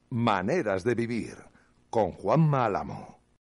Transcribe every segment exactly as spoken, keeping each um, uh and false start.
Maneras de vivir con Juanma Álamo.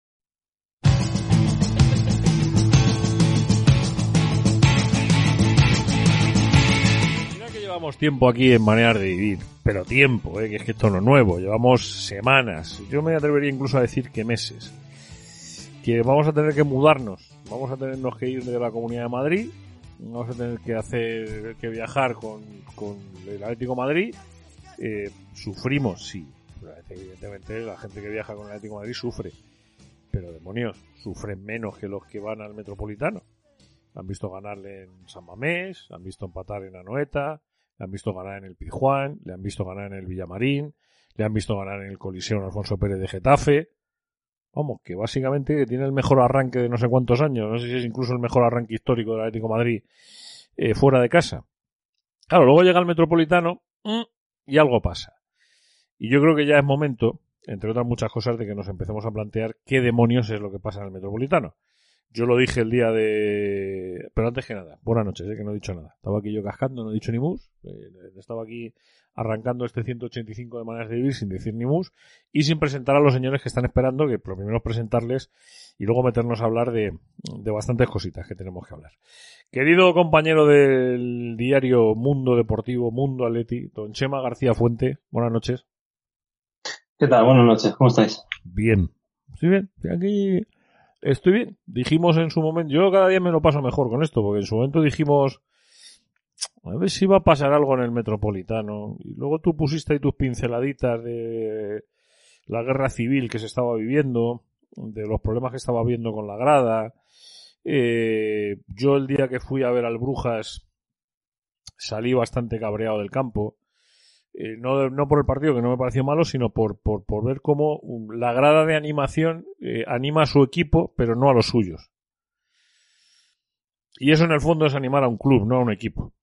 Mira que llevamos tiempo aquí en Maneras de Vivir, pero tiempo, ¿eh? Que es que esto no es nuevo, llevamos semanas, yo me atrevería incluso a decir que meses, que vamos a tener que mudarnos, vamos a tenernos que ir de la Comunidad de Madrid, vamos a tener que hacer, que viajar con, con el Atlético de Madrid, eh, sufrimos, sí. Evidentemente la gente que viaja con el Atlético de Madrid sufre, pero demonios, sufren menos que los que van al Metropolitano. Han visto ganarle en San Mamés, han visto empatar en Anoeta, le han visto ganar en el Pizjuán, le han visto ganar en el Villamarín, le han visto ganar en el Coliseo Alfonso Pérez de Getafe. Vamos, que básicamente tiene el mejor arranque de no sé cuántos años, no sé si es incluso el mejor arranque histórico del Atlético de Madrid eh, fuera de casa. Claro, luego llega el Metropolitano mmm, y algo pasa. Y yo creo que ya es momento, entre otras muchas cosas, de que nos empecemos a plantear qué demonios es lo que pasa en el Metropolitano. Yo lo dije el día de... Pero antes que nada, buenas noches, ¿eh? Que no he dicho nada. Estaba aquí yo cascando, no he dicho ni mus. Eh, estaba aquí arrancando este ciento ochenta y cinco de Maneras de Vivir sin decir ni mus y sin presentar a los señores que están esperando, que lo primero es presentarles y luego meternos a hablar de, de bastantes cositas que tenemos que hablar. Querido compañero del diario Mundo Deportivo, Mundo Atleti, don Chema García Fuente, buenas noches. ¿Qué tal? Buenas noches, ¿cómo estáis? Bien, estoy bien, aquí estoy bien. Dijimos en su momento, yo cada día me lo paso mejor con esto, porque en su momento dijimos, a ver si va a pasar algo en el Metropolitano, y luego tú pusiste ahí tus pinceladitas de la guerra civil que se estaba viviendo, de los problemas que estaba habiendo con la grada. Eh, yo el día que fui a ver al Brujas salí bastante cabreado del campo. Eh, no, no por el partido, que no me pareció malo, sino por, por, por ver cómo la grada de animación eh, anima a su equipo, pero no a los suyos. Y eso en el fondo es animar a un club, no a un equipo.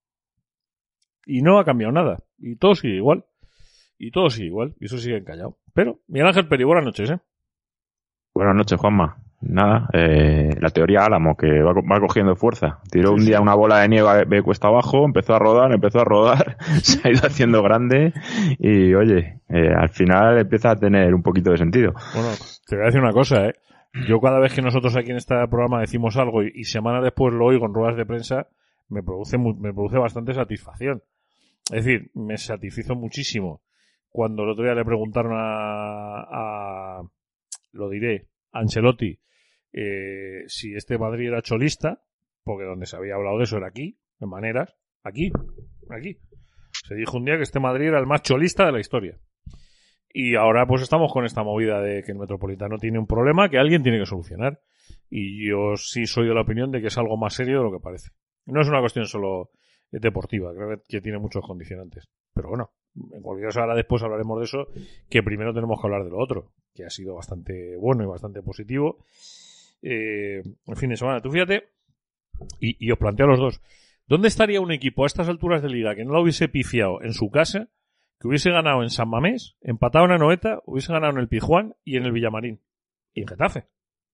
Y no ha cambiado nada. Y todo sigue igual. Y todo sigue igual. Y eso sigue encallado. Pero, Miguel Ángel Peri, buenas noches, ¿eh? Buenas noches, Juanma. Nada, eh, la teoría Álamo, que va, va cogiendo fuerza. Tiró sí, un día sí. una bola de nieve de cuesta abajo, empezó a rodar, empezó a rodar, se ha ido haciendo grande y, oye, eh, al final empieza a tener un poquito de sentido. Bueno, te voy a decir una cosa, ¿eh? Yo cada vez que nosotros aquí en este programa decimos algo y, y semana después lo oigo en ruedas de prensa, me produce, me produce bastante satisfacción. Es decir, me satisfizo muchísimo cuando el otro día le preguntaron a, a lo diré, a Ancelotti, Eh, si este Madrid era cholista, porque donde se había hablado de eso era aquí, en Maneras, aquí, aquí. Se dijo un día que este Madrid era el más cholista de la historia. Y ahora pues estamos con esta movida de que el Metropolitano tiene un problema que alguien tiene que solucionar. Y yo sí soy de la opinión de que es algo más serio de lo que parece. No es una cuestión solo deportiva, creo que tiene muchos condicionantes. Pero bueno, en cualquier caso ahora después hablaremos de eso, que primero tenemos que hablar de lo otro, que ha sido bastante bueno y bastante positivo. Eh, el fin de semana, tú fíjate y, y os planteo a los dos, ¿dónde estaría un equipo a estas alturas de liga que no lo hubiese pifiado en su casa, que hubiese ganado en San Mamés, empatado en Anoeta, hubiese ganado en el Pizjuán y en el Villamarín y en Getafe?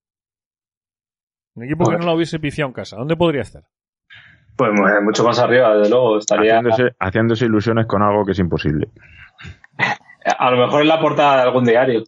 Un equipo que no lo hubiese pifiado en casa, ¿dónde podría estar? Pues mucho más arriba, desde luego estaría haciéndose, haciéndose ilusiones con algo que es imposible. A lo mejor en la portada de algún diario.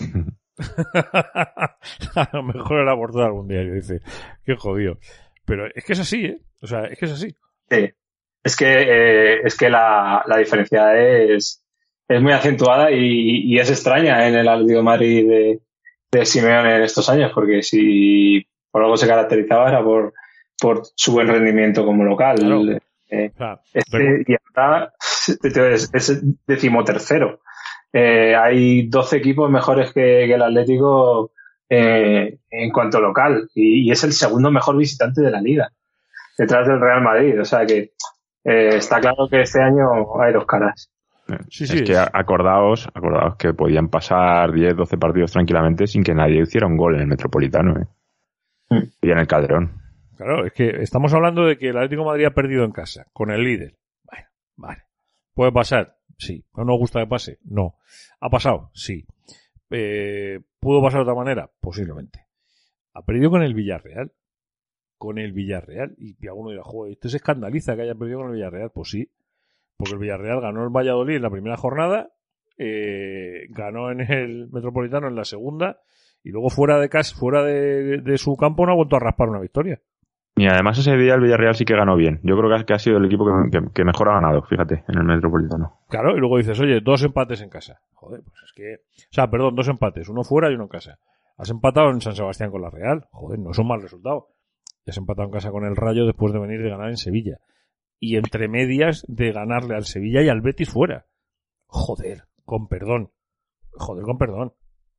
A lo mejor era por todo algún diario, dice. Qué jodido. Pero es que es así, ¿eh? O sea, es que es así. Sí. Es que, eh, es que la, la diferencia es, es muy acentuada y, y es extraña en el Atlético de Madrid de, de Simeone en estos años, porque si por algo se caracterizaba era por, por su buen rendimiento como local. Claro. Eh, Claro. este, y ahora es, es decimotercero. Eh, hay doce equipos mejores que, que el Atlético eh, en cuanto local y, y es el segundo mejor visitante de la liga detrás del Real Madrid, o sea que eh, está claro que este año hay dos caras. Sí, sí, es que acordaos, acordaos que podían pasar diez, doce partidos tranquilamente sin que nadie hiciera un gol en el Metropolitano, ¿eh? Mm. Y en el Calderón. Claro, es que estamos hablando de que el Atlético de Madrid ha perdido en casa con el líder. Bueno, vale, puede pasar. Sí. ¿No nos gusta que pase? No. ¿Ha pasado? Sí. Eh, ¿Pudo pasar de otra manera? Posiblemente. Ha perdido con el Villarreal. Con el Villarreal. Y alguno dirá, joder, ¿este se escandaliza que haya perdido con el Villarreal? Pues sí. Porque el Villarreal ganó el Valladolid en la primera jornada, eh, ganó en el Metropolitano en la segunda y luego fuera de casa, fuera de, de su campo no ha vuelto a raspar una victoria. Y además ese día el Villarreal sí que ganó bien. Yo creo que ha, que ha sido el equipo que, que, que mejor ha ganado, fíjate, en el Metropolitano. Claro, y luego dices, oye, dos empates en casa. Joder, pues es que... O sea, perdón, dos empates, uno fuera y uno en casa. Has empatado en San Sebastián con la Real. Joder, no es un mal resultado. Y has empatado en casa con el Rayo después de venir de ganar en Sevilla. Y entre medias de ganarle al Sevilla y al Betis fuera. Joder, con perdón. Joder, con perdón.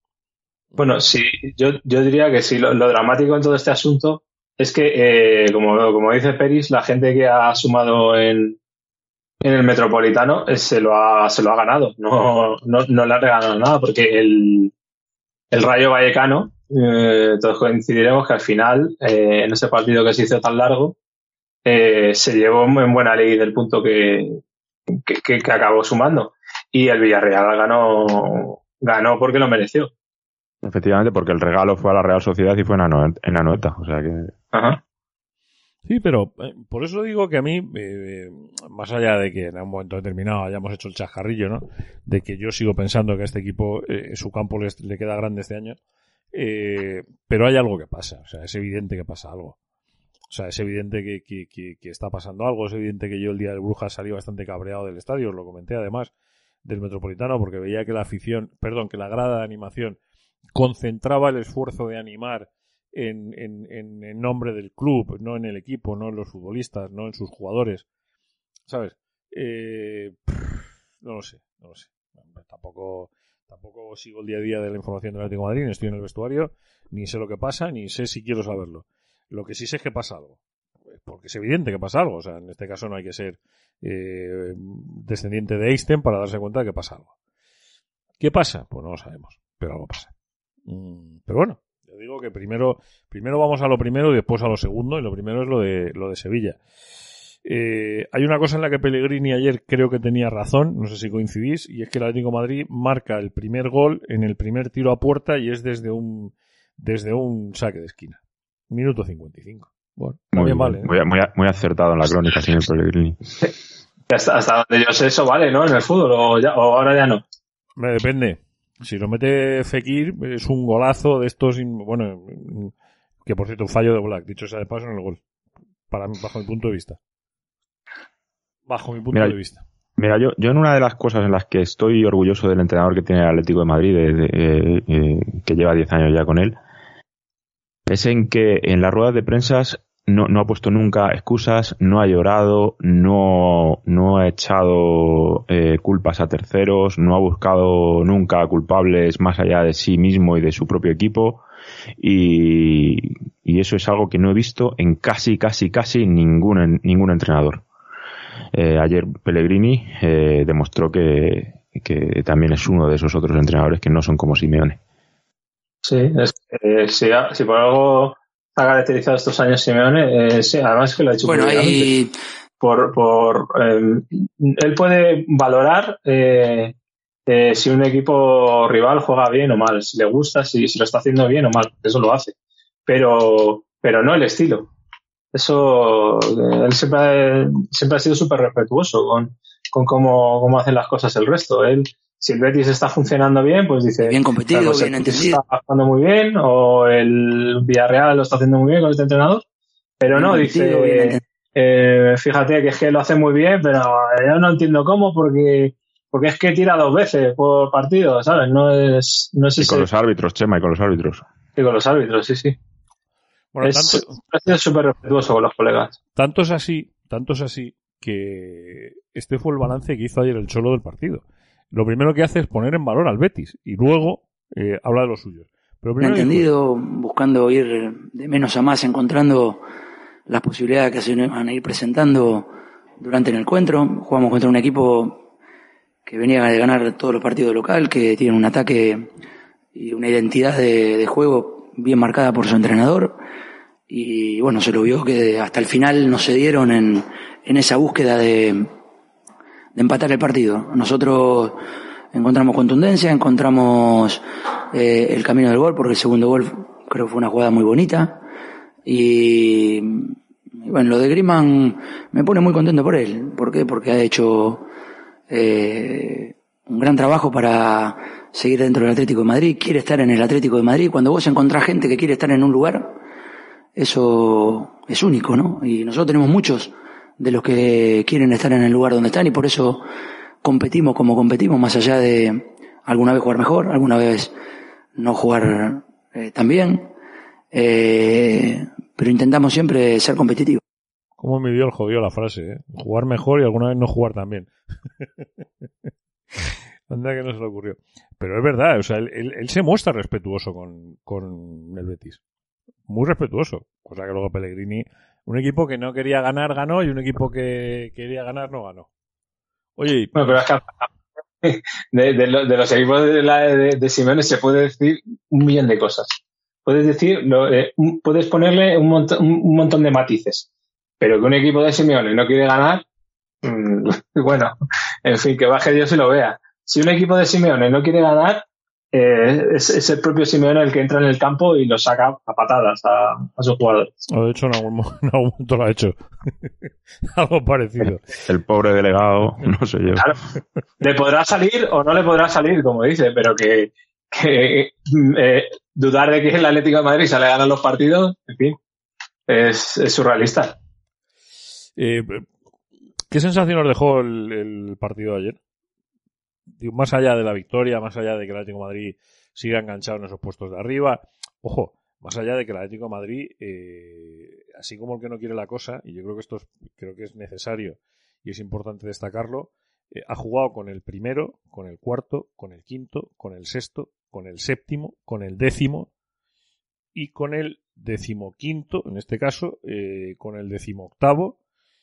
Bueno, sí, yo, yo diría que sí, lo, lo dramático en todo este asunto es que, eh, como, como dice Peris, la gente que ha sumado en, en el Metropolitano eh, se lo ha, se lo ha ganado, no, no, no le ha regalado nada, porque el, el Rayo Vallecano, eh, todos coincidiremos que al final, eh, en ese partido que se hizo tan largo, eh, se llevó en buena ley del punto que, que, que, que acabó sumando. Y el Villarreal ganó, ganó porque lo mereció. Efectivamente, porque el regalo fue a la Real Sociedad y fue en Anoeta, en Anoeta, o sea que... Ajá. Sí, pero eh, por eso digo que a mí, eh, más allá de que en un momento determinado hayamos hecho el chascarrillo, ¿no? De que yo sigo pensando que a este equipo eh, su campo le, le queda grande este año, eh, pero hay algo que pasa, o sea, es evidente que pasa algo. O sea, es evidente que, que, que, que está pasando algo, es evidente que yo el día del Brujas salí bastante cabreado del estadio, os lo comenté además, del Metropolitano, porque veía que la afición, perdón, que la grada de animación concentraba el esfuerzo de animar en, en, en, en nombre del club, no en el equipo, no en los futbolistas, no en sus jugadores, ¿sabes? Eh, no lo sé, no lo sé. Tampoco, tampoco sigo el día a día de la información del Atlético de Madrid, ni estoy en el vestuario, ni sé lo que pasa, ni sé si quiero saberlo. Lo que sí sé es que pasa algo, porque es evidente que pasa algo, o sea, en este caso no hay que ser eh, descendiente de Einstein para darse cuenta de que pasa algo. ¿Qué pasa? Pues no lo sabemos, pero algo pasa. Pero bueno, yo digo que primero primero vamos a lo primero y después a lo segundo, y lo primero es lo de lo de Sevilla. Eh, hay una cosa en la que Pellegrini ayer creo que tenía razón, no sé si coincidís, y es que el Atlético de Madrid marca el primer gol en el primer tiro a puerta y es desde un desde un saque de esquina. Minuto cincuenta y cinco. Bueno, muy bien, vale. ¿eh? Muy, muy, muy acertado en la crónica, señor Pellegrini. Hasta, hasta donde yo sé eso vale, ¿no? En el fútbol, o, ya, o ahora ya no. Me depende. Si lo mete Fekir, es un golazo de estos, bueno, que por cierto, un fallo de Black, dicho sea de paso en el gol. Para mí, bajo mi punto de vista. Bajo mi punto mira, de vista. Mira, yo, yo en una de las cosas en las que estoy orgulloso del entrenador que tiene el Atlético de Madrid, de, de, de, eh, que lleva diez años ya con él, es en que en las ruedas de prensa no, no ha puesto nunca excusas, no ha llorado, no, no ha echado eh, culpas a terceros, no ha buscado nunca culpables más allá de sí mismo y de su propio equipo, y, y eso es algo que no he visto en casi, casi, casi ningún, ningún entrenador. Eh, ayer Pellegrini eh, demostró que, que también es uno de esos otros entrenadores que no son como Simeone. Sí, es, eh, si, si por algo ha caracterizado estos años Simeone, eh, sí, además es que lo ha hecho bueno, ahí... por, por eh, él puede valorar eh, eh, si un equipo rival juega bien o mal, si le gusta, si, si lo está haciendo bien o mal, eso lo hace, pero pero no el estilo. Eso, eh, él siempre ha, siempre ha sido súper respetuoso con, con cómo, cómo hacen las cosas el resto. Él, si el Betis está funcionando bien, pues dice... Bien competido, pues bien entendido. Está jugando muy bien, o el Villarreal lo está haciendo muy bien con este entrenador. Pero bien no, dice... Eh, fíjate que es que lo hace muy bien, pero yo no entiendo cómo, porque porque es que tira dos veces por partido, ¿sabes? No es... No es y ese... con los árbitros, Chema, y con los árbitros. Y con los árbitros, sí, sí. Bueno, es, tanto, ha sido súper respetuoso con los colegas. Tanto es así, tanto es así que este fue el balance que hizo ayer el Cholo del partido. Lo primero que hace es poner en valor al Betis y luego eh, habla de los suyos. Pero primero entendido, dijo, buscando ir de menos a más, encontrando las posibilidades que se van a ir presentando durante el encuentro. Jugamos contra un equipo que venía de ganar todos los partidos local, que tiene un ataque y una identidad de, de juego bien marcada por su entrenador. Y bueno, se lo vio que hasta el final no se dieron en, en esa búsqueda de, de empatar el partido. Nosotros encontramos contundencia, encontramos eh, el camino del gol, porque el segundo gol creo que fue una jugada muy bonita. Y, y bueno, lo de Griezmann me pone muy contento por él. ¿Por qué? Porque ha hecho eh, un gran trabajo para seguir dentro del Atlético de Madrid, quiere estar en el Atlético de Madrid. Cuando vos encontrás gente que quiere estar en un lugar, eso es único, ¿no? Y nosotros tenemos muchos de los que quieren estar en el lugar donde están y por eso competimos como competimos, más allá de alguna vez jugar mejor, alguna vez no jugar eh, tan bien, eh, pero intentamos siempre ser competitivos. ¿Cómo me dio el jodido la frase, eh? Jugar mejor y alguna vez no jugar tan bien. Anda que no se le ocurrió. Pero es verdad, o sea, él, él, él se muestra respetuoso con, con el Betis. Muy respetuoso. Cosa que luego Pellegrini, un equipo que no quería ganar, ganó, y un equipo que quería ganar, no ganó. Oye, bueno, pero es que de, de, de los equipos de, la, de, de Simeone se puede decir un millón de cosas. Puedes decir, lo, eh, puedes ponerle un montón, un montón de matices. Pero que un equipo de Simeone no quiere ganar, mmm, bueno, en fin, que baje Dios y lo vea. Si un equipo de Simeone no quiere ganar, eh, es, es el propio Simeone el que entra en el campo y lo saca a patadas a, a sus jugadores. De hecho, en algún, en algún momento lo ha hecho. Algo parecido. El pobre delegado, no sé yo. Claro, le podrá salir o no le podrá salir, como dice, pero que, que eh, dudar de que el Atlético de Madrid sale a ganar los partidos, en fin, es, es surrealista. Eh, ¿Qué sensación os dejó el, el partido de ayer? Digo, más allá de la victoria, más allá de que el Atlético de Madrid siga enganchado en esos puestos de arriba, ojo, más allá de que el Atlético de Madrid, eh, así como el que no quiere la cosa, y yo creo que esto es, creo que es necesario y es importante destacarlo, eh, ha jugado con el primero, con el cuarto, con el quinto, con el sexto, con el séptimo, con el décimo y con el decimoquinto, en este caso, eh, con el decimoctavo.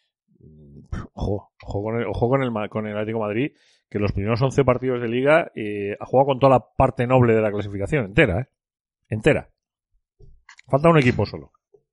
Ojo, ojo con el, ojo con el, con el Atlético de Madrid, que los primeros once partidos de Liga eh, ha jugado con toda la parte noble de la clasificación, entera, ¿eh? Entera. Falta un equipo solo.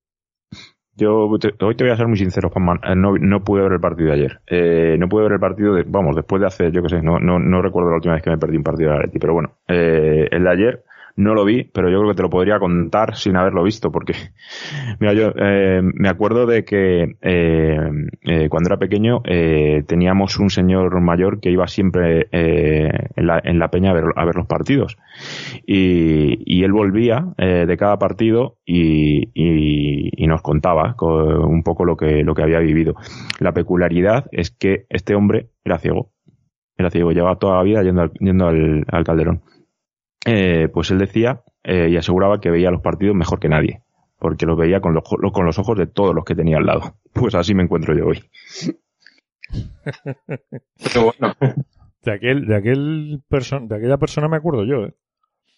Yo te, hoy te voy a ser muy sincero, Juanma, no, no pude ver el partido de ayer. Eh, no pude ver el partido, de, vamos, después de hacer, yo qué sé, no, no, no recuerdo la última vez que me perdí un partido de Atleti, pero bueno, eh, el de ayer no lo vi, pero yo creo que te lo podría contar sin haberlo visto, porque, mira, yo eh, me acuerdo de que eh, eh, cuando era pequeño eh, teníamos un señor mayor que iba siempre eh, en, la, en la peña a ver, a ver los partidos, y, y él volvía eh, de cada partido y, y, y nos contaba un poco lo que, lo que había vivido. La peculiaridad es que este hombre era ciego, era ciego, llevaba toda la vida yendo al, yendo al, al Calderón. Eh, pues él decía eh, y aseguraba que veía los partidos mejor que nadie, porque los veía con los, con los ojos de todos los que tenía al lado. Pues así me encuentro yo hoy. Qué bueno. De aquel, de aquel person, de aquella persona me acuerdo yo, ¿eh?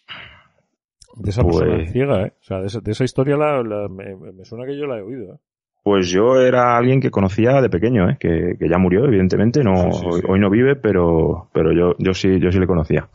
De esa pues, persona ciega, ¿eh? O sea, de esa, de esa historia la, la, me, me suena que yo la he oído, ¿eh? Pues yo era alguien que conocía de pequeño, ¿eh? Que, que ya murió, evidentemente, no, sí, sí, sí. Hoy, hoy no vive, pero, pero yo, yo sí, yo sí le conocía.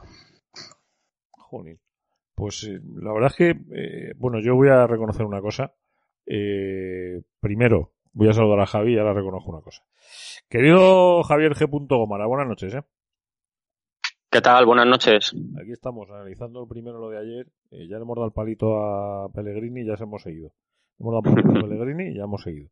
Joder. Pues eh, la verdad es que, eh, bueno, yo voy a reconocer una cosa. Eh, primero, voy a saludar a Javi y ahora reconozco una cosa. Querido Javier G. Gómara, buenas noches, ¿eh? ¿Qué tal? Buenas noches. Aquí estamos analizando primero lo de ayer. Eh, ya le hemos dado el palito a Pellegrini y ya se hemos seguido. Hemos dado el palito a Pellegrini y ya hemos seguido.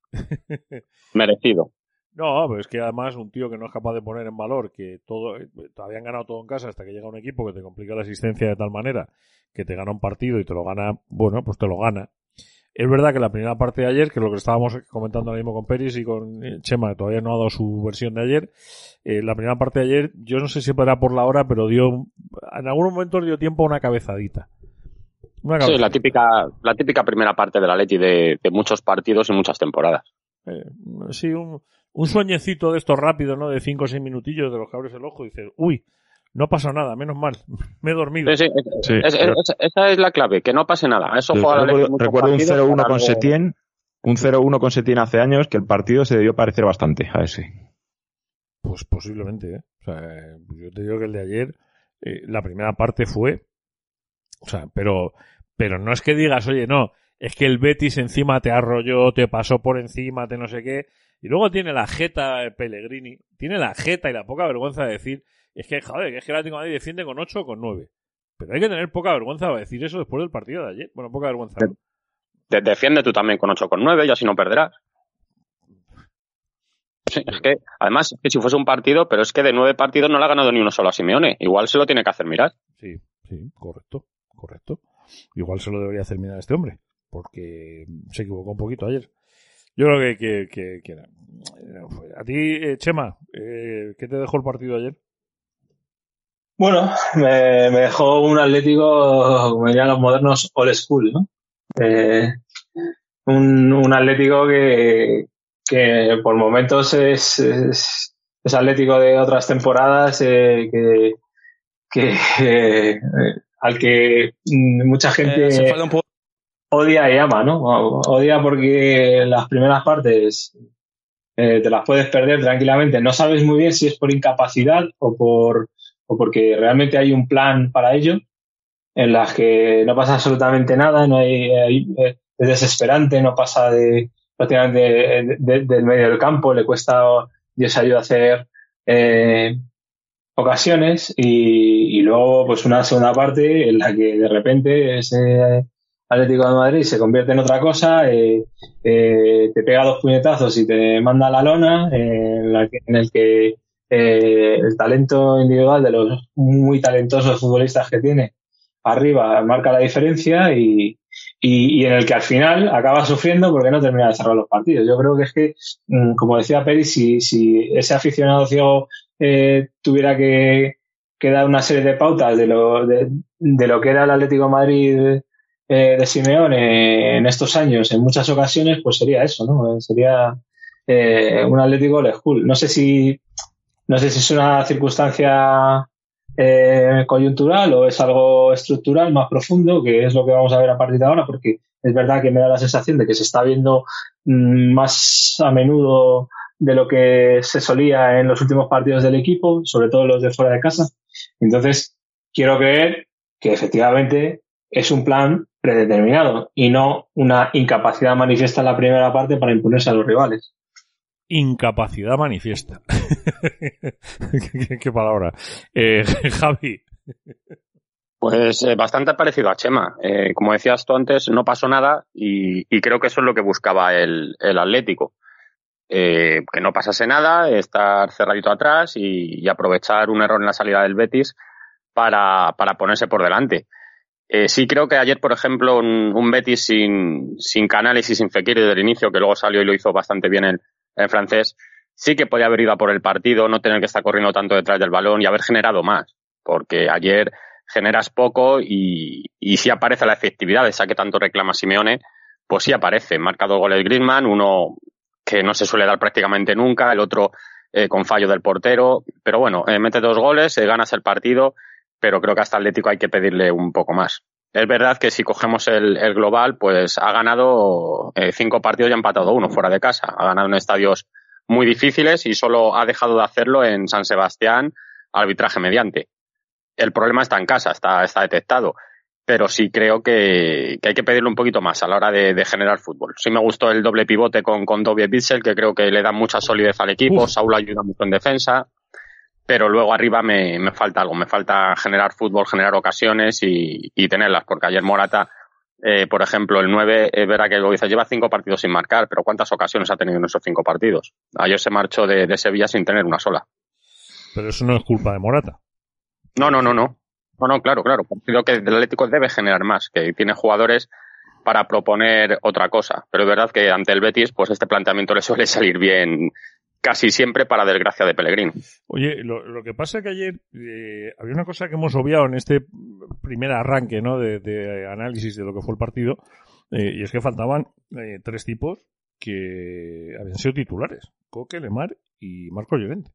Merecido. No, pero es que además un tío que no es capaz de poner en valor que todo, todavía han ganado todo en casa hasta que llega un equipo que te complica la asistencia de tal manera que te gana un partido y te lo gana, bueno, pues te lo gana. Es verdad que la primera parte de ayer, que es lo que estábamos comentando ahora mismo con Peris y con Chema, que todavía no ha dado su versión de ayer, eh, la primera parte de ayer, yo no sé si era por la hora, pero dio, en algunos momentos dio tiempo a una cabezadita. Una cabezadita. Sí, la típica, la típica primera parte del Atleti de, de muchos partidos y muchas temporadas. Eh, sí, un, un sueñecito de estos rápidos, ¿no? De cinco o seis minutillos de los que abres el ojo y dices, uy, no pasa nada, menos mal, me he dormido. Sí, sí, sí, es, es, es, esa es la clave, que no pase nada. Eso juega la recuerdo, recuerdo un cero uno con Setién, un cero uno con Setién hace años, que el partido se debió parecer bastante a ese. Pues posiblemente, ¿eh? O sea, yo te digo que el de ayer, eh, la primera parte fue, o sea, pero, pero no es que digas, oye, no, es que el Betis encima te arrolló, te pasó por encima, te no sé qué, y luego tiene la jeta Pellegrini, tiene la jeta y la poca vergüenza de decir, es que, joder, que es que el Atlético de Madrid defiende con ocho o con nueve. Pero hay que tener poca vergüenza para decir eso después del partido de ayer. Bueno, poca vergüenza. ¿No? Te defiende tú también con ocho con nueve y así no perderás. sí. Es que, además, que si fuese un partido, pero es que de nueve partidos no le ha ganado ni uno solo a Simeone. Igual se lo tiene que hacer mirar. Sí, sí, correcto, correcto. Igual se lo debería hacer mirar a este hombre, porque se equivocó un poquito ayer. Yo creo que... que, que, que a ti, eh, Chema, eh, ¿qué te dejó el partido ayer? Bueno, me, me dejó un Atlético, como dirían los modernos, old school, ¿no? Eh, un, un Atlético que, que por momentos es, es, es Atlético de otras temporadas, eh, que, que eh, al que mucha gente eh, un poco... odia y ama, ¿no? Odia porque las primeras partes eh, te las puedes perder tranquilamente. No sabes muy bien si es por incapacidad o por o porque realmente hay un plan para ello, en las que no pasa absolutamente nada, no hay, hay es desesperante, no pasa de prácticamente de, de, del medio del campo, le cuesta Dios ayuda a hacer eh, ocasiones y, y luego pues una segunda parte en la que de repente ese Atlético de Madrid se convierte en otra cosa, eh, eh, te pega dos puñetazos y te manda a la lona, eh, en, la que, en el que eh, el talento individual de los muy talentosos futbolistas que tiene arriba marca la diferencia y, y, y en el que al final acaba sufriendo porque no termina de cerrar los partidos. Yo creo que es que, como decía Peri, si, si ese aficionado ciego eh, tuviera que, que dar una serie de pautas de lo, de, de lo que era el Atlético de Madrid eh, de Simeone en estos años, en muchas ocasiones, pues sería eso, ¿no? Sería eh, un Atlético old school. No sé si No sé si es una circunstancia eh, coyuntural o es algo estructural más profundo, que es lo que vamos a ver a partir de ahora, porque es verdad que me da la sensación de que se está viendo mmm, más a menudo de lo que se solía en los últimos partidos del equipo, sobre todo los de fuera de casa. Entonces, quiero creer que efectivamente es un plan predeterminado y no una incapacidad manifiesta en la primera parte para imponerse a los rivales. Incapacidad manifiesta. ¿Qué, qué palabra? Eh, Javi. Pues eh, bastante parecido a Chema. Eh, como decías tú antes, no pasó nada y, y creo que eso es lo que buscaba el, el Atlético. Eh, que no pasase nada, estar cerradito atrás y, y aprovechar un error en la salida del Betis para, para ponerse por delante. Eh, sí creo que ayer, por ejemplo, un, un Betis sin, sin Canales y sin Fekir desde el inicio, que luego salió y lo hizo bastante bien el en francés, sí que podía haber ido a por el partido, no tener que estar corriendo tanto detrás del balón y haber generado más, porque ayer generas poco y, y sí aparece la efectividad de esa que tanto reclama Simeone, pues sí aparece. Marca dos goles Griezmann, uno que no se suele dar prácticamente nunca, el otro eh, con fallo del portero, pero bueno, eh, mete dos goles, eh, ganas el partido, pero creo que hasta Atlético hay que pedirle un poco más. Es verdad que si cogemos el, el global, pues ha ganado eh, cinco partidos y ha empatado uno fuera de casa. Ha ganado en estadios muy difíciles y solo ha dejado de hacerlo en San Sebastián, arbitraje mediante. El problema está en casa, está, está detectado. Pero sí creo que, que hay que pedirle un poquito más a la hora de, de generar fútbol. Sí me gustó el doble pivote con, con Dobie Witsel, que creo que le da mucha solidez al equipo. Uf. Saúl ayuda mucho en defensa. Pero luego arriba me, me falta algo, me falta generar fútbol, generar ocasiones y, y tenerlas, porque ayer Morata, eh, por ejemplo, el nueve, es verdad que lo dice, lleva cinco partidos sin marcar, pero ¿cuántas ocasiones ha tenido en esos cinco partidos? Ayer se marchó de, de Sevilla sin tener una sola. Pero eso no es culpa de Morata. No, no, no, no. No, no, claro, claro. Creo que el Atlético debe generar más, que tiene jugadores para proponer otra cosa. Pero es verdad que ante el Betis, pues este planteamiento le suele salir bien casi siempre, para desgracia de Pellegrini. Oye, lo, lo que pasa es que ayer eh, había una cosa que hemos obviado en este primer arranque, ¿no?, de, de análisis de lo que fue el partido, eh, y es que faltaban eh, tres tipos que habían sido titulares: Coque, Lemar y Marco Llorente.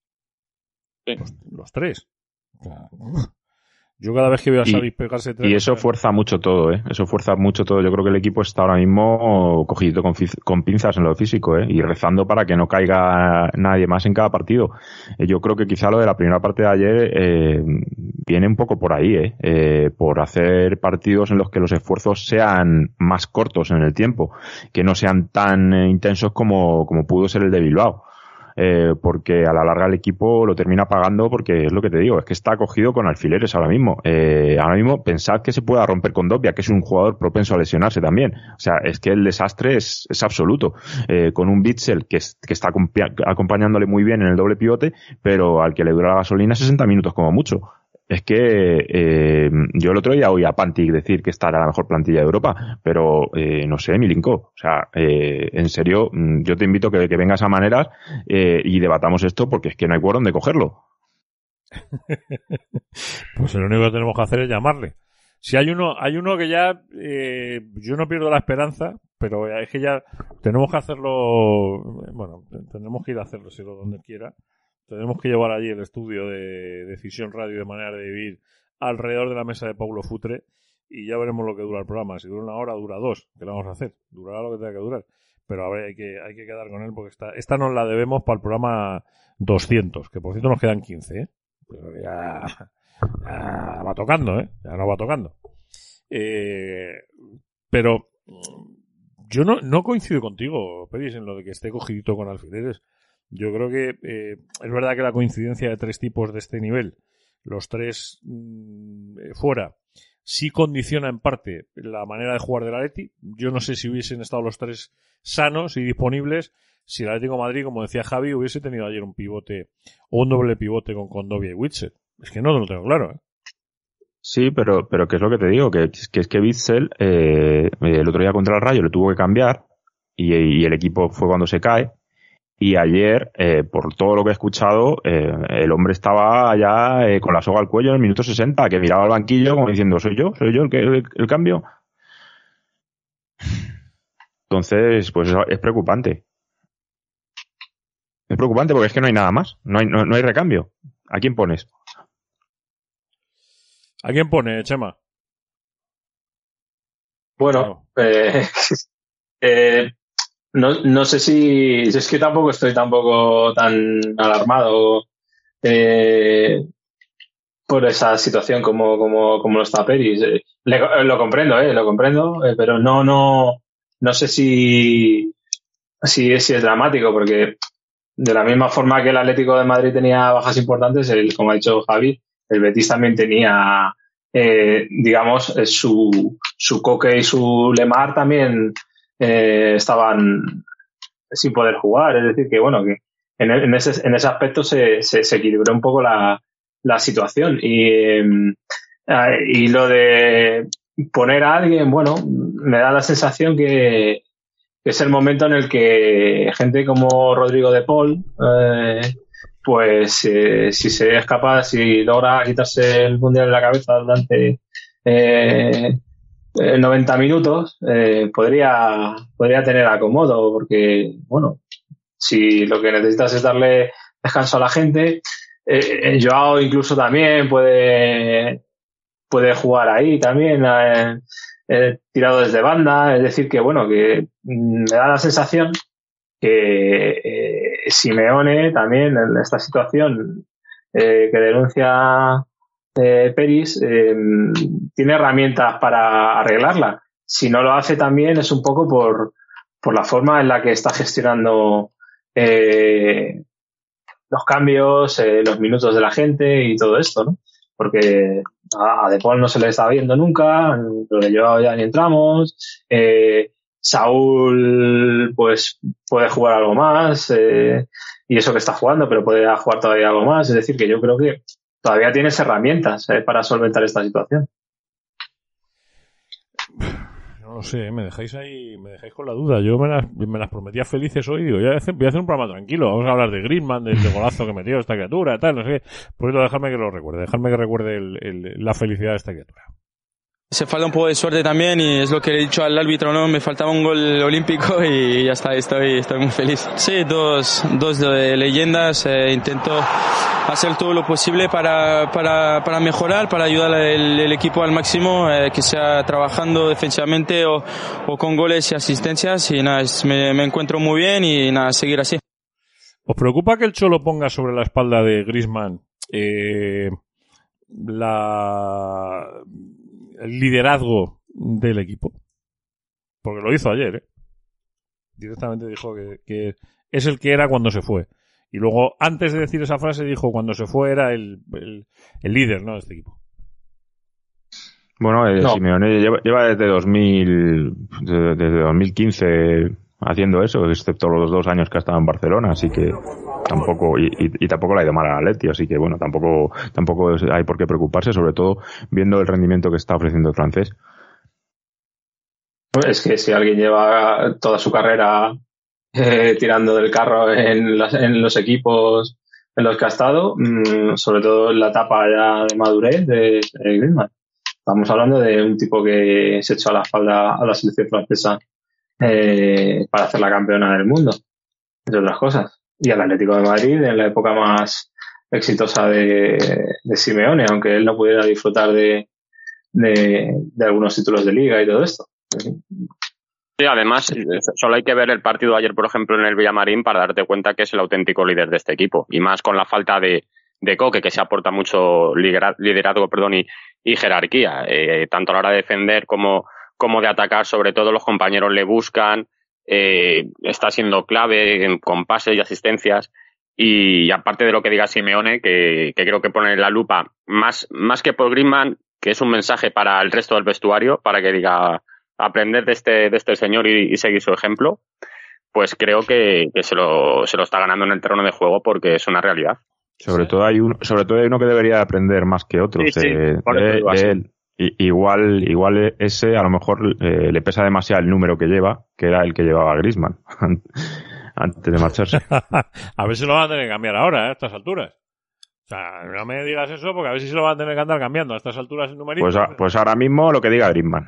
Sí. Los, los tres. O sea, yo cada vez que veo a Xavi pegarse tres... Y eso fuerza mucho todo, ¿eh? Eso fuerza mucho todo. Yo creo que el equipo está ahora mismo cogido con, con pinzas en lo físico, ¿eh? Y rezando para que no caiga nadie más en cada partido. Eh, yo creo que quizá lo de la primera parte de ayer eh, viene un poco por ahí, ¿eh? Eh, por hacer partidos en los que los esfuerzos sean más cortos en el tiempo, que no sean tan eh, intensos como, como pudo ser el de Bilbao. eh, porque a la larga el equipo lo termina pagando, porque es lo que te digo, es que está cogido con alfileres ahora mismo. Eh, ahora mismo pensad que se pueda romper con Dobbia, que es un jugador propenso a lesionarse también. O sea, es que el desastre es, es absoluto. Eh, con un Witsel que, es, que está acompañándole muy bien en el doble pivote, pero al que le dura la gasolina sesenta minutos como mucho. Es que eh, yo el otro día oí a Pantic decir que esta era la mejor plantilla de Europa, pero eh, no sé, Milinko. O sea, eh, en serio, yo te invito a que, que vengas a Maneras eh, y debatamos esto, porque es que no hay por dónde cogerlo. Pues lo único que tenemos que hacer es llamarle. Si hay uno, hay uno que ya, eh, yo no pierdo la esperanza, pero es que ya tenemos que hacerlo, bueno, tenemos que ir a hacerlo, si lo donde quiera. Tenemos que llevar allí el estudio de Decisión Radio de Manera de Vivir alrededor de la mesa de Paulo Futre y ya veremos lo que dura el programa. Si dura una hora, dura dos. ¿Qué le vamos a hacer? Durará lo que tenga que durar. Pero a ver, hay que, hay que quedar con él porque esta, esta nos la debemos para el programa doscientos, que por cierto nos quedan quince, ¿eh? Pero ya, ya va tocando, ¿eh? Ya nos va tocando. Eh, pero yo no, no coincido contigo, Peris, en lo de que esté cogidito con alfileres. Yo creo que eh, es verdad que la coincidencia de tres tipos de este nivel, los tres mmm, fuera, sí condiciona en parte la manera de jugar del Atleti. Yo no sé si hubiesen estado los tres sanos y disponibles, si el Atlético de Madrid, como decía Javi, hubiese tenido ayer un pivote o un doble pivote con Kondogbia y Witsel. Es que no lo tengo claro, ¿eh? Sí, pero pero ¿qué es lo que te digo? Que, que es que Witsel eh, el otro día contra el Rayo le tuvo que cambiar y, y el equipo fue cuando se cae. Y ayer, eh, por todo lo que he escuchado, eh, el hombre estaba ya eh, con la soga al cuello en el minuto sesenta, que miraba al banquillo como diciendo, ¿soy yo? ¿Soy yo el que el, el cambio? Entonces, pues es preocupante. Es preocupante porque es que no hay nada más. No hay, no, no hay recambio. ¿A quién pones? ¿A quién pone, Chema? Bueno, eh, eh, no, no sé si, si es que tampoco estoy tampoco tan alarmado eh, por esa situación como, como, como lo está Peris. Eh, le, lo comprendo, eh, lo comprendo, eh, pero no, no, no sé si, si, si es dramático, porque de la misma forma que el Atlético de Madrid tenía bajas importantes, el, como ha dicho Javi, el Betis también tenía, eh, digamos, su, su Coque y su Lemar también eh, estaban sin poder jugar. Es decir, que bueno, que en, en, ese, en ese aspecto se, se, se equilibró un poco la, la situación. Y, eh, y lo de poner a alguien, bueno, me da la sensación que que es el momento en el que gente como Rodrigo de Paul, eh, pues eh, si se es capaz, si logra quitarse el mundial de la cabeza durante eh, noventa minutos, eh, podría, podría tener acomodo, porque, bueno, si lo que necesitas es darle descanso a la gente, eh, Joao incluso también puede, puede jugar ahí también, eh, Eh, tirado desde banda, es decir que bueno, que mm, me da la sensación que eh, Simeone también en esta situación eh, que denuncia eh, Peris eh, tiene herramientas para arreglarla. Si no lo hace también es un poco por, por la forma en la que está gestionando eh, los cambios, eh, los minutos de la gente y todo esto, ¿no? Porque a De Paul no se le está viendo nunca, lo de Joao ya ni entramos, eh, Saúl pues puede jugar algo más, eh, y eso que está jugando, pero puede jugar todavía algo más, es decir que yo creo que todavía tienes herramientas eh, para solventar esta situación. No lo sé, me dejáis ahí, me dejáis con la duda. Yo me las, me las prometía felices hoy, digo, ya voy a hacer un programa tranquilo, vamos a hablar de Griezmann, del de golazo que metió esta criatura, tal, no sé qué. Por eso dejadme que lo recuerde, dejadme que recuerde el, el, la felicidad de esta criatura. Se falta un poco de suerte también y es lo que le he dicho al árbitro, ¿no? Me faltaba un gol olímpico y ya está, estoy, estoy muy feliz. Sí, dos, dos de leyendas, eh, intento hacer todo lo posible para, para, para mejorar, para ayudar al el equipo al máximo, eh, que sea trabajando defensivamente o, o con goles y asistencias y nada, es, me, me encuentro muy bien y nada, seguir así. ¿Os preocupa que el Cholo ponga sobre la espalda de Griezmann eh, la... el liderazgo del equipo? Porque lo hizo ayer, ¿eh? Directamente dijo que, que es el que era cuando se fue. Y luego, antes de decir esa frase, dijo cuando se fue era el, el, el líder, ¿no?, de este equipo. Bueno, eh, No. Simeone lleva, lleva desde dos mil, desde, desde dos mil quince haciendo eso, excepto los dos años que ha estado en Barcelona, así que tampoco, y, y, y tampoco le ha ido mal al Atleti, así que bueno, tampoco, tampoco hay por qué preocuparse, sobre todo viendo el rendimiento que está ofreciendo el francés. Es que si alguien lleva toda su carrera eh, tirando del carro en, las, en los equipos en los que ha estado, mmm, sobre todo en la etapa ya de madurez de, de Griezmann. Estamos hablando de un tipo que se echó a la espalda a la selección francesa eh, para hacer la campeona del mundo, entre otras cosas. Y al Atlético de Madrid en la época más exitosa de, de Simeone, aunque él no pudiera disfrutar de, de, de algunos títulos de liga y todo esto. Sí, además, solo hay que ver el partido de ayer, por ejemplo, en el Villamarín para darte cuenta que es el auténtico líder de este equipo. Y más con la falta de, de Koke, que se aporta mucho liderazgo, perdón, y, y jerarquía. Eh, tanto a la hora de defender como, como de atacar, sobre todo los compañeros le buscan. Eh, está siendo clave con pases y asistencias. Y aparte de lo que diga Simeone, que, que creo que pone la lupa más, más que por Griezmann, que es un mensaje para el resto del vestuario, para que diga aprender de este, de este señor y, y seguir su ejemplo, pues creo que, que se lo, se lo está ganando en el terreno de juego porque es una realidad. Sobre todo hay uno, sobre todo hay uno que debería aprender más que otros Sí, sí, de, por eso de, digo de así. él. Y, igual, igual ese a lo mejor eh, le pesa demasiado el número que lleva, que era el que llevaba Griezmann antes de marcharse. A ver si lo van a tener que cambiar ahora, ¿eh? A estas alturas. O sea, no me digas eso porque a ver si se lo van a tener que andar cambiando a estas alturas el numerito. Pues, a, pues ahora mismo lo que diga Griezmann.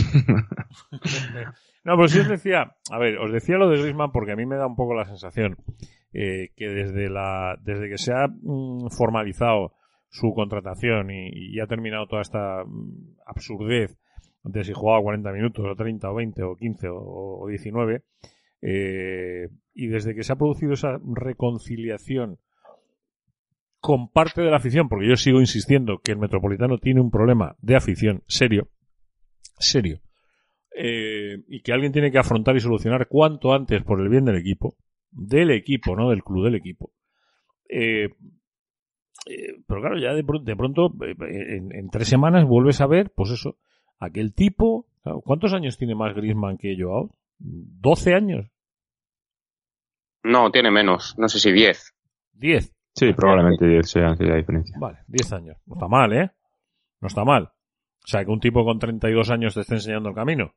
No, pero sí os decía, a ver, os decía lo de Griezmann porque a mí me da un poco la sensación eh, que desde la desde que se ha mm, formalizado su contratación y, y ha terminado toda esta mm, absurdez de si jugaba cuarenta minutos o treinta o veinte o quince o, o diecinueve eh, y desde que se ha producido esa reconciliación con parte de la afición, porque yo sigo insistiendo que el Metropolitano tiene un problema de afición serio, serio, eh, y que alguien tiene que afrontar y solucionar cuanto antes por el bien del equipo, del equipo, no del club, del equipo. Eh, eh, pero claro, ya de, pr- de pronto, eh, en, en tres semanas vuelves a ver, pues eso, aquel tipo, claro, ¿cuántos años tiene más Griezmann que Joao? ¿doce años? No, tiene menos, no sé si diez. ¿diez? Sí, probablemente sea la diferencia. Vale, diez años. No está mal, ¿eh? No está mal. O sea, que un tipo con treinta y dos años te esté enseñando el camino.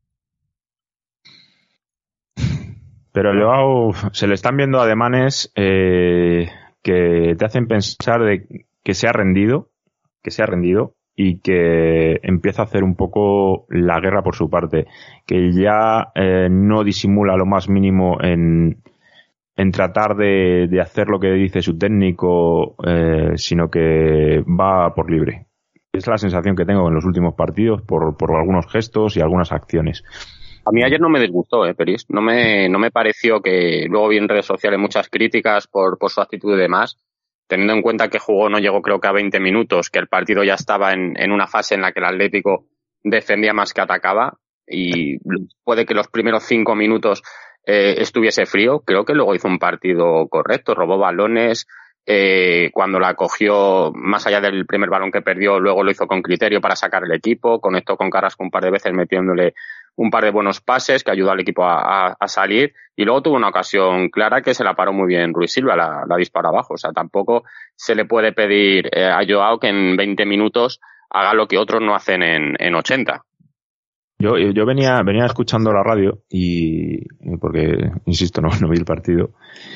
Pero Joao, se le están viendo ademanes eh, que te hacen pensar de que se ha rendido, que se ha rendido y que empieza a hacer un poco la guerra por su parte, que ya eh, no disimula lo más mínimo en, en tratar de, de hacer lo que dice su técnico, eh, sino que va por libre. Es la sensación que tengo en los últimos partidos por, por algunos gestos y algunas acciones. A mí ayer no me disgustó, eh, Peris. No me, no me pareció que luego vi en redes sociales muchas críticas por, por su actitud y demás, teniendo en cuenta que jugó, no llegó creo que a veinte minutos, que el partido ya estaba en, en una fase en la que el Atlético defendía más que atacaba y puede que los primeros cinco minutos eh, estuviese frío. Creo que luego hizo un partido correcto, robó balones, eh, cuando la cogió, más allá del primer balón que perdió, luego lo hizo con criterio para sacar el equipo, conectó con Carrasco un par de veces metiéndole un par de buenos pases que ayudó al equipo a, a, a salir, y luego tuvo una ocasión clara que se la paró muy bien Ruiz Silva, la, la disparó abajo. O sea, tampoco se le puede pedir eh, a Joao que en veinte minutos haga lo que otros no hacen en, en ochenta. Yo, yo venía, venía escuchando la radio y, porque, insisto, no, no vi el partido,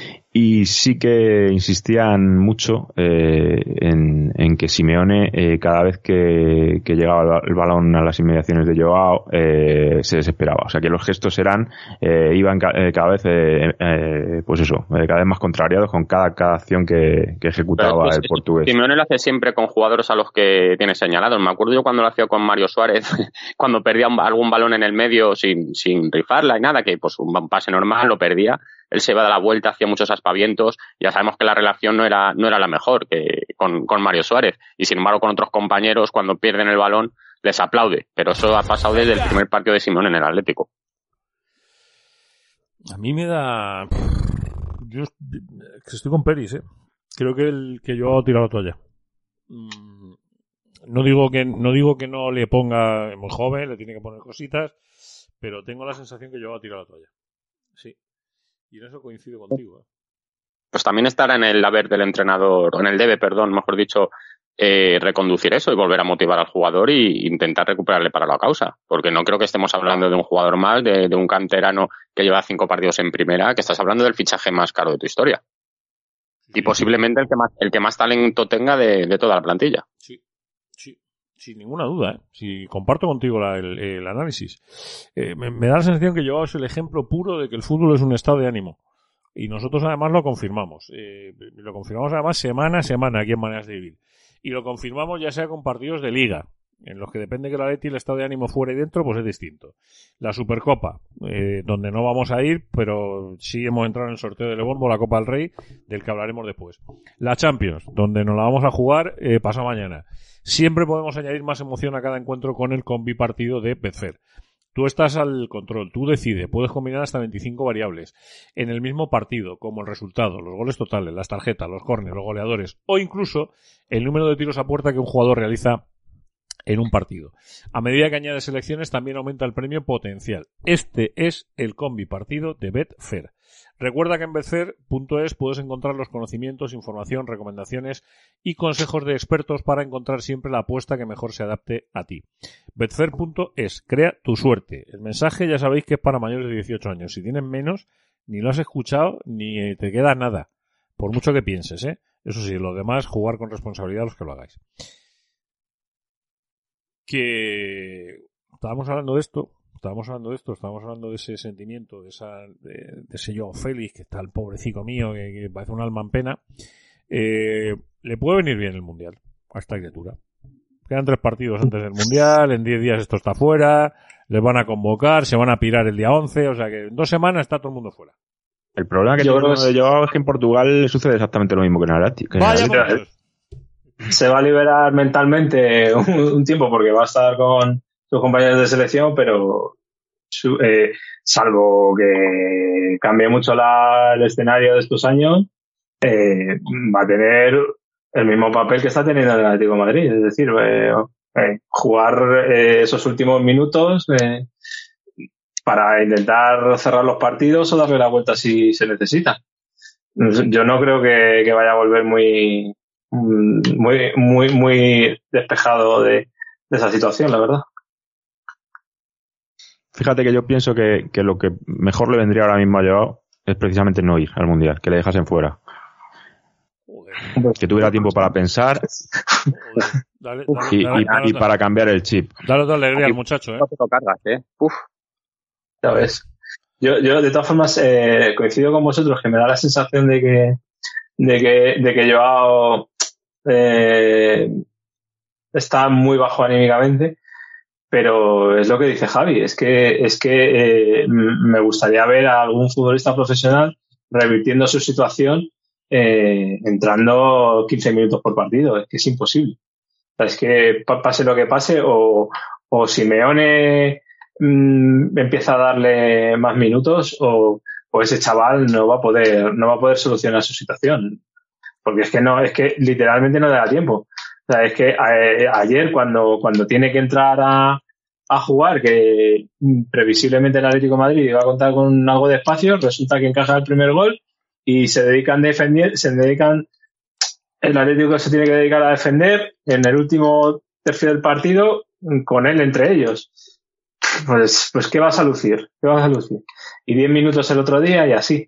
y sí que insistían mucho eh, en, en que Simeone eh, cada vez que, que llegaba el balón a las inmediaciones de Joao eh, se desesperaba. O sea que los gestos eran eh, iban ca- eh, cada vez eh, eh, pues eso, eh, cada vez más contrariados con cada, cada acción que, que ejecutaba es, el portugués. Simeone lo hace siempre con jugadores a los que tiene señalados. Me acuerdo yo cuando lo hacía con Mario Suárez, cuando perdía un, algún balón en el medio sin, sin rifarla y nada, que pues un pase normal lo perdía, él se iba a dar la vuelta, hacía muchos aspavientos. Ya sabemos que la relación no era no era la mejor que con, con Mario Suárez, y sin embargo con otros compañeros cuando pierden el balón les aplaude, pero eso ha pasado desde el primer partido de Simeone en el Atlético. A mí me da... yo estoy con Peris, ¿eh? Creo que el que yo he tirado la toalla. No digo que no digo que no le ponga, es muy joven, le tiene que poner cositas, pero tengo la sensación que yo voy a tirar la toalla. Sí. Y en eso coincido contigo, ¿eh? Pues también estará en el haber del entrenador, o en el debe, perdón, mejor dicho, eh, reconducir eso y volver a motivar al jugador e intentar recuperarle para la causa. Porque no creo que estemos hablando de un jugador más, de, de un canterano que lleva cinco partidos en primera, que estás hablando del fichaje más caro de tu historia. Y posiblemente el que más, el que más talento tenga de, de toda la plantilla. Sí, sí, sin ninguna duda, ¿eh? Sí, comparto contigo la, el, el análisis. Eh, me, me da la sensación que yo es el ejemplo puro de que el fútbol es un estado de ánimo. Y nosotros además lo confirmamos. Eh, lo confirmamos además semana a semana aquí en Maneras de Vivir. Y lo confirmamos ya sea con partidos de liga, en los que depende que la Leti el estado de ánimo fuera y dentro, pues es distinto. La Supercopa, eh, donde no vamos a ir, pero sí hemos entrado en el sorteo de Le Bombo, la Copa del Rey, del que hablaremos después. La Champions, donde nos la vamos a jugar eh, pasado mañana. Siempre podemos añadir más emoción a cada encuentro con el combi partido de Betfair. Tú estás al control, tú decides, puedes combinar hasta veinticinco variables en el mismo partido, como el resultado, los goles totales, las tarjetas, los córneres, los goleadores, o incluso el número de tiros a puerta que un jugador realiza en un partido. A medida que añades selecciones también aumenta el premio potencial. Este es el combi partido de Betfair. Recuerda que en betfair punto es puedes encontrar los conocimientos, información, recomendaciones y consejos de expertos para encontrar siempre la apuesta que mejor se adapte a ti. betfair punto es, crea tu suerte. El mensaje ya sabéis que es para mayores de dieciocho años. Si tienes menos, ni lo has escuchado ni te queda nada. Por mucho que pienses, ¿eh? Eso sí, lo demás, jugar con responsabilidad los que lo hagáis. Que estábamos hablando de esto, estábamos hablando de esto, estábamos hablando de ese sentimiento, de esa, de, de ese Joao Félix, que está el pobrecito mío, que, que parece un alma en pena. Eh, le puede venir bien el Mundial a esta criatura. Quedan tres partidos antes del Mundial, en diez días esto está fuera, les van a convocar, se van a pirar el día once, o sea que en dos semanas está todo el mundo fuera. El problema que Yo tengo creo de Joao es que en Portugal sucede exactamente lo mismo que en el Atleti. Vaya por Dios. Se va a liberar mentalmente un, un tiempo porque va a estar con sus compañeros de selección, pero su, eh, salvo que cambie mucho la, el escenario de estos años, eh, va a tener el mismo papel que está teniendo el Atlético de Madrid, es decir, eh, eh, jugar eh, esos últimos minutos eh, para intentar cerrar los partidos o darle la vuelta si se necesita. Yo no creo que, que vaya a volver muy muy muy muy despejado de, de esa situación, la verdad. Fíjate que yo pienso que, que lo que mejor le vendría ahora mismo a Joao es precisamente no ir al Mundial, que le dejasen fuera. Joder. Que tuviera tiempo para pensar dale, dale, y, dale, y, dale, y para cambiar el chip. Dale otra alegría al muchacho, ¿eh? No te lo cargas, ¿eh? Uf. Ya ves. Yo, yo de todas formas, eh, coincido con vosotros que me da la sensación de que de que, de que Joao eh, está muy bajo anímicamente, pero es lo que dice Javi, es que es que eh, me gustaría ver a algún futbolista profesional revirtiendo su situación eh, entrando quince minutos por partido, es que es imposible. O sea, es que pase lo que pase o, o Simeone mmm, empieza a darle más minutos o, o ese chaval no va a poder no va a poder solucionar su situación, porque es que no es que literalmente no le da tiempo. O sea, es que eh, ayer cuando cuando tiene que entrar a, a jugar, que previsiblemente el Atlético de Madrid iba a contar con algo de espacio, resulta que encaja el primer gol y se dedican a defender, se dedican el Atlético se tiene que dedicar a defender en el último tercio del partido con él entre ellos. Pues, pues ¿qué vas a lucir? ¿Qué vas a lucir? Y diez minutos el otro día y así.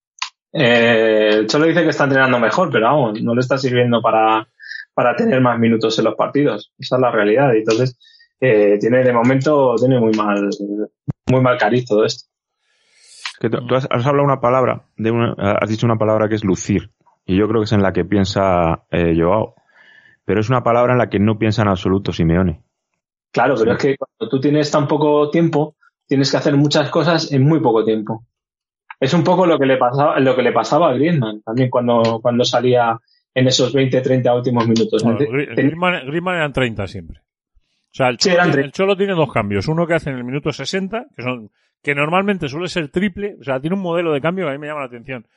Eh, el Cholo dice que está entrenando mejor, pero vamos, no le está sirviendo para, para tener más minutos en los partidos. Esa es la realidad. Y entonces, eh, tiene de momento, tiene muy mal, muy mal cariz todo esto. Que tú, tú has, has hablado una palabra, de una, has dicho una palabra que es lucir. Y yo creo que es en la que piensa eh, Joao. Pero es una palabra en la que no piensa en absoluto Simeone. Claro, pero sí. Es que cuando tú tienes tan poco tiempo, tienes que hacer muchas cosas en muy poco tiempo. Es un poco lo que le pasaba, lo que le pasaba a Griezmann también cuando, cuando salía en esos veinte treinta últimos minutos. Bueno, Griezmann, Griezmann eran treinta siempre. O sea, el Cholo, sí, el Cholo tiene dos cambios. Uno que hace en el minuto sesenta, que son que normalmente suele ser triple. O sea, tiene un modelo de cambio que a mí me llama la atención.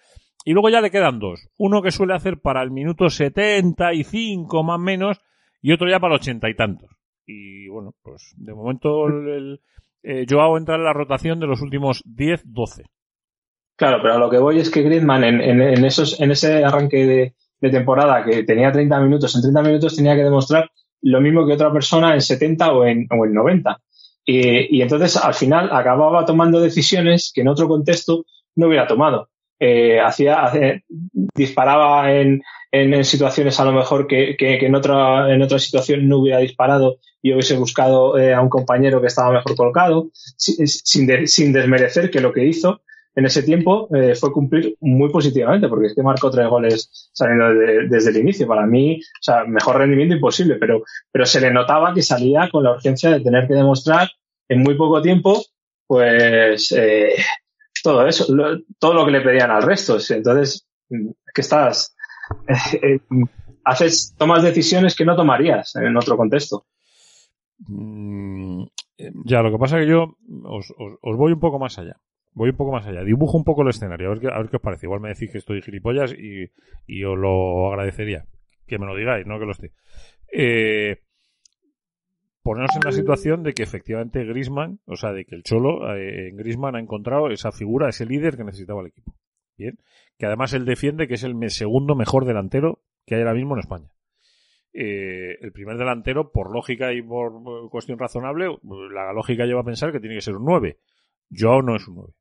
Y luego ya le quedan dos. Uno que suele hacer para el minuto setenta y cinco más o menos y otro ya para el ochenta y tantos. Y bueno, pues de momento el, el eh, Joao entra en la rotación de los últimos diez doce. Claro, pero a lo que voy es que Griezmann en, en, en, esos, en ese arranque de, de temporada que tenía treinta minutos, en treinta minutos tenía que demostrar lo mismo que otra persona en setenta o en, o en noventa. Y, y entonces al final acababa tomando decisiones que en otro contexto no hubiera tomado. Eh, hacía, hace, disparaba en, en, en situaciones a lo mejor que, que, que en otra en otra situación no hubiera disparado y hubiese buscado eh, a un compañero que estaba mejor colocado, sin, sin, de, sin desmerecer que lo que hizo en ese tiempo eh, fue cumplir muy positivamente, porque es que marcó tres goles saliendo de, desde el inicio. Para mí, o sea, mejor rendimiento imposible, pero, pero se le notaba que salía con la urgencia de tener que demostrar en muy poco tiempo, pues, eh, todo eso, lo, todo lo que le pedían al resto. Entonces, que estás, eh, eh, haces, tomas decisiones que no tomarías en otro contexto. Mm, ya, lo que pasa es que yo os, os, os voy un poco más allá. Voy un poco más allá. Dibujo un poco el escenario. A ver qué, a ver qué os parece. Igual me decís que estoy gilipollas y, y os lo agradecería. Que me lo digáis, no que lo esté. Eh, poneros en la situación de que efectivamente Griezmann, o sea, de que el Cholo, eh, Griezmann ha encontrado esa figura, ese líder que necesitaba el equipo. Bien. Que además él defiende que es el segundo mejor delantero que hay ahora mismo en España. Eh, el primer delantero, por lógica y por cuestión razonable, la lógica lleva a pensar que tiene que ser un nueve. Joao no es un nueve.